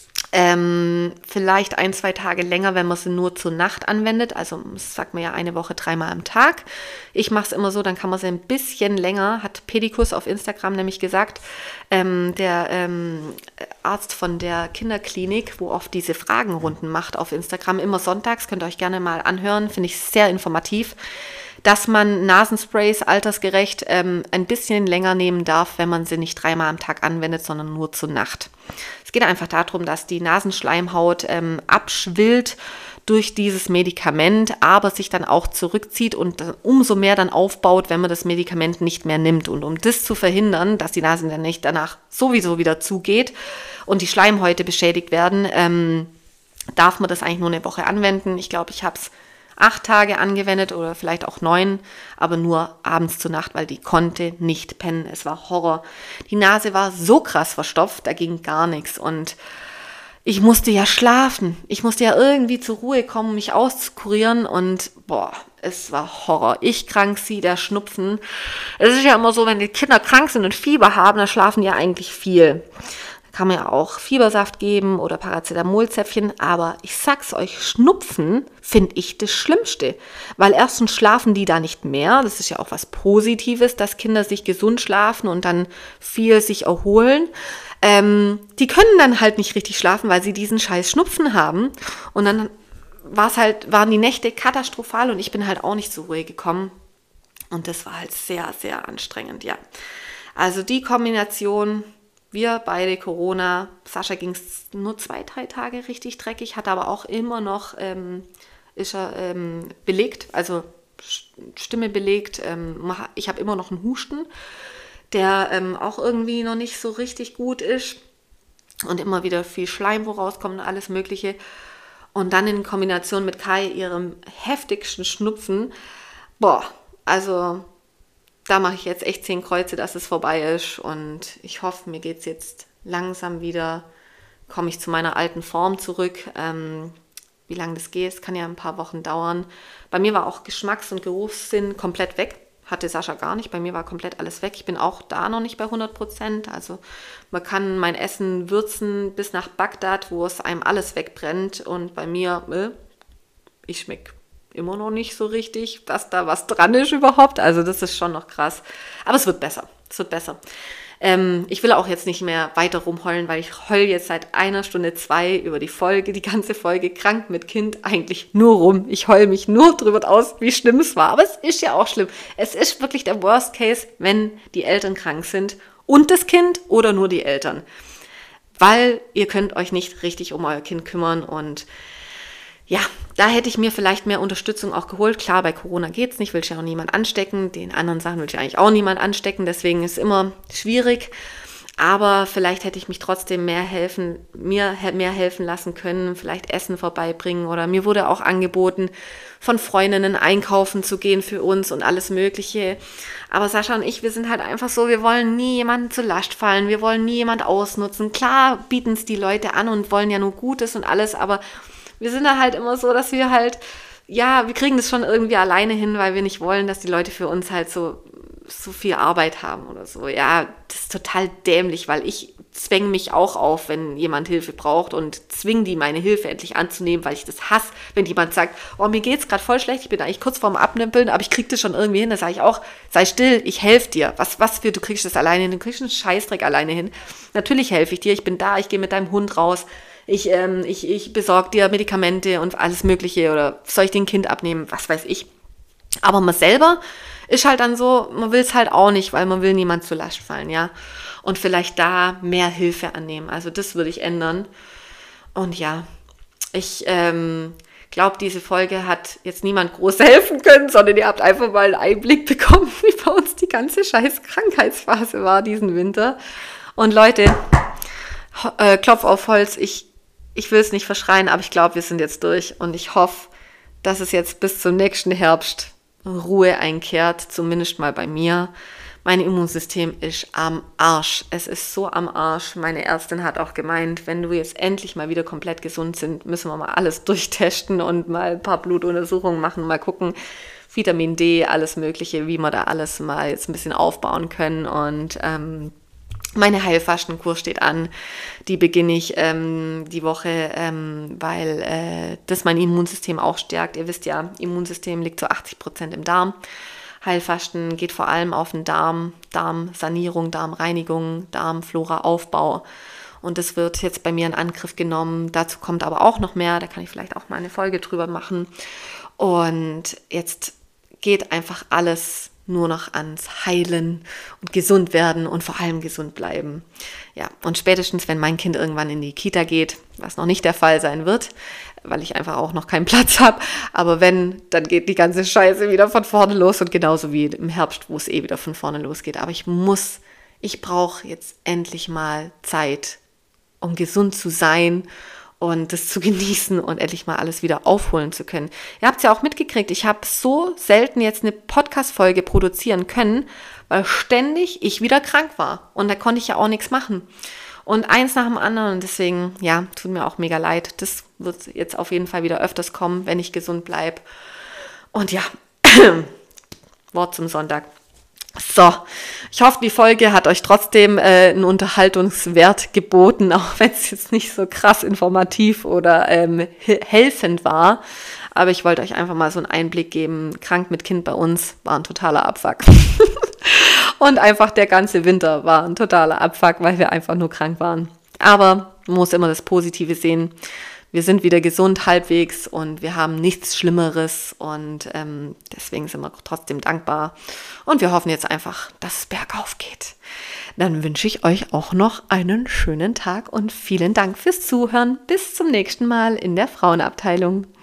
Ähm, vielleicht ein, zwei Tage länger, wenn man sie nur zur Nacht anwendet. Also das sagt man ja eine Woche dreimal am Tag. Ich mache es immer so, dann kann man sie ein bisschen länger, hat Pedikus auf Instagram nämlich gesagt, ähm, der ähm, Arzt von der Kinderklinik, wo oft diese Fragenrunden macht auf Instagram, immer sonntags, könnt ihr euch gerne mal anhören, finde ich sehr informativ, dass man Nasensprays altersgerecht ähm, ein bisschen länger nehmen darf, wenn man sie nicht dreimal am Tag anwendet, sondern nur zur Nacht. Es geht einfach darum, dass die Nasenschleimhaut ähm, abschwillt durch dieses Medikament, aber sich dann auch zurückzieht und umso mehr dann aufbaut, wenn man das Medikament nicht mehr nimmt. Und um das zu verhindern, dass die Nase dann nicht danach sowieso wieder zugeht und die Schleimhäute beschädigt werden, ähm, darf man das eigentlich nur eine Woche anwenden. Ich glaube, ich habe es acht Tage angewendet oder vielleicht auch neun, aber nur abends zur Nacht, weil die konnte nicht pennen. Es war Horror. Die Nase war so krass verstopft, da ging gar nichts und ich musste ja schlafen. Ich musste ja irgendwie zur Ruhe kommen, mich auskurieren und boah, es war Horror. Ich krank, sie, der Schnupfen. Es ist ja immer so, wenn die Kinder krank sind und Fieber haben, dann schlafen die ja eigentlich viel. Kann man ja auch Fiebersaft geben oder Paracetamolzäpfchen, aber ich sag's euch, Schnupfen finde ich das Schlimmste, weil erstens schlafen die da nicht mehr, das ist ja auch was Positives, dass Kinder sich gesund schlafen und dann viel sich erholen. Ähm, die können dann halt nicht richtig schlafen, weil sie diesen scheiß Schnupfen haben und dann war's halt, waren die Nächte katastrophal und ich bin halt auch nicht zur Ruhe gekommen und das war halt sehr, sehr anstrengend, ja. Also die Kombination. Wir beide Corona, Sascha ging es nur zwei, drei Tage richtig dreckig, hat aber auch immer noch, ähm, ist er ähm, belegt, also Stimme belegt. Ähm, ich habe immer noch einen Husten, der ähm, auch irgendwie noch nicht so richtig gut ist und immer wieder viel Schleim, wo rauskommt und alles Mögliche. Und dann in Kombination mit Kai, ihrem heftigsten Schnupfen, boah, also da mache ich jetzt echt zehn Kreuze, dass es vorbei ist und ich hoffe, mir geht es jetzt langsam wieder, komme ich zu meiner alten Form zurück. Ähm, wie lange das geht, es kann ja ein paar Wochen dauern. Bei mir war auch Geschmacks- und Geruchssinn komplett weg, hatte Sascha gar nicht, bei mir war komplett alles weg. Ich bin auch da noch nicht bei hundert Prozent, also man kann mein Essen würzen bis nach Bagdad, wo es einem alles wegbrennt und bei mir, äh, ich schmecke immer noch nicht so richtig, dass da was dran ist überhaupt. Also das ist schon noch krass. Aber es wird besser. Es wird besser. Ähm, ich will auch jetzt nicht mehr weiter rumheulen, weil ich heule jetzt seit einer Stunde zwei über die Folge, die ganze Folge krank mit Kind eigentlich nur rum. Ich heule mich nur drüber aus, wie schlimm es war. Aber es ist ja auch schlimm. Es ist wirklich der Worst Case, wenn die Eltern krank sind und das Kind oder nur die Eltern. Weil ihr könnt euch nicht richtig um euer Kind kümmern und ja, da hätte ich mir vielleicht mehr Unterstützung auch geholt. Klar, bei Corona geht's nicht, will ich ja auch niemand anstecken. Den anderen Sachen will ich eigentlich auch niemand anstecken, deswegen ist es immer schwierig. Aber vielleicht hätte ich mich trotzdem mehr helfen, mir mehr helfen lassen können, vielleicht Essen vorbeibringen oder mir wurde auch angeboten, von Freundinnen einkaufen zu gehen für uns und alles Mögliche. Aber Sascha und ich, wir sind halt einfach so, wir wollen nie jemanden zur Last fallen, wir wollen nie jemand ausnutzen. Klar bieten es die Leute an und wollen ja nur Gutes und alles, aber wir sind da halt immer so, dass wir halt, ja, wir kriegen das schon irgendwie alleine hin, weil wir nicht wollen, dass die Leute für uns halt so, so viel Arbeit haben oder so. Ja, das ist total dämlich, weil ich zwänge mich auch auf, wenn jemand Hilfe braucht und zwinge die, meine Hilfe endlich anzunehmen, weil ich das hasse, wenn jemand sagt, oh, mir geht's gerade voll schlecht, ich bin eigentlich kurz vorm Abnippeln, aber ich krieg das schon irgendwie hin. Da sage ich auch, sei still, ich helfe dir. Was, was für, du kriegst das alleine hin, du kriegst einen Scheißdreck alleine hin. Natürlich helfe ich dir, ich bin da, ich gehe mit deinem Hund raus. Ich, ähm, ich, ich besorge dir Medikamente und alles Mögliche oder soll ich dir ein Kind abnehmen, was weiß ich. Aber man selber ist halt dann so, man will es halt auch nicht, weil man will niemand zur Last fallen, ja. Und vielleicht da mehr Hilfe annehmen. Also das würde ich ändern. Und ja, ich ähm, glaube, diese Folge hat jetzt niemand groß helfen können, sondern ihr habt einfach mal einen Einblick bekommen, wie bei uns die ganze scheiß Krankheitsphase war diesen Winter. Und Leute, äh, Klopf auf Holz, ich, ich will es nicht verschreien, aber ich glaube, wir sind jetzt durch. Und ich hoffe, dass es jetzt bis zum nächsten Herbst Ruhe einkehrt, zumindest mal bei mir. Mein Immunsystem ist am Arsch. Es ist so am Arsch. Meine Ärztin hat auch gemeint, wenn du jetzt endlich mal wieder komplett gesund sind, müssen wir mal alles durchtesten und mal ein paar Blutuntersuchungen machen, mal gucken, Vitamin D, alles Mögliche, wie wir da alles mal jetzt ein bisschen aufbauen können. Und ähm, meine Heilfastenkur steht an. Die beginne ich ähm, die Woche, ähm, weil äh, das mein Immunsystem auch stärkt. Ihr wisst ja, Immunsystem liegt zu achtzig Prozent im Darm. Heilfasten geht vor allem auf den Darm, Darmsanierung, Darmreinigung, Darmflora-Aufbau. Und das wird jetzt bei mir in Angriff genommen. Dazu kommt aber auch noch mehr. Da kann ich vielleicht auch mal eine Folge drüber machen. Und jetzt geht einfach alles nur noch ans Heilen und gesund werden und vor allem gesund bleiben. Ja, und spätestens, wenn mein Kind irgendwann in die Kita geht, was noch nicht der Fall sein wird, weil ich einfach auch noch keinen Platz habe, aber wenn, dann geht die ganze Scheiße wieder von vorne los und genauso wie im Herbst, wo es eh wieder von vorne losgeht. Aber ich muss, ich brauche jetzt endlich mal Zeit, um gesund zu sein und das zu genießen und endlich mal alles wieder aufholen zu können. Ihr habt es ja auch mitgekriegt, ich habe so selten jetzt eine Podcast-Folge produzieren können, weil ständig ich wieder krank war und da konnte ich ja auch nichts machen. Und eins nach dem anderen und deswegen, ja, tut mir auch mega leid. Das wird jetzt auf jeden Fall wieder öfters kommen, wenn ich gesund bleibe. Und ja, Wort zum Sonntag. So, ich hoffe, die Folge hat euch trotzdem äh, einen Unterhaltungswert geboten, auch wenn es jetzt nicht so krass informativ oder ähm, helfend war. Aber ich wollte euch einfach mal so einen Einblick geben. Krank mit Kind bei uns war ein totaler Abfuck. Und einfach der ganze Winter war ein totaler Abfuck, weil wir einfach nur krank waren. Aber man muss immer das Positive sehen. Wir sind wieder gesund halbwegs und wir haben nichts Schlimmeres und ähm, deswegen sind wir trotzdem dankbar. Und wir hoffen jetzt einfach, dass es bergauf geht. Dann wünsche ich euch auch noch einen schönen Tag und vielen Dank fürs Zuhören. Bis zum nächsten Mal in der Frauenabteilung.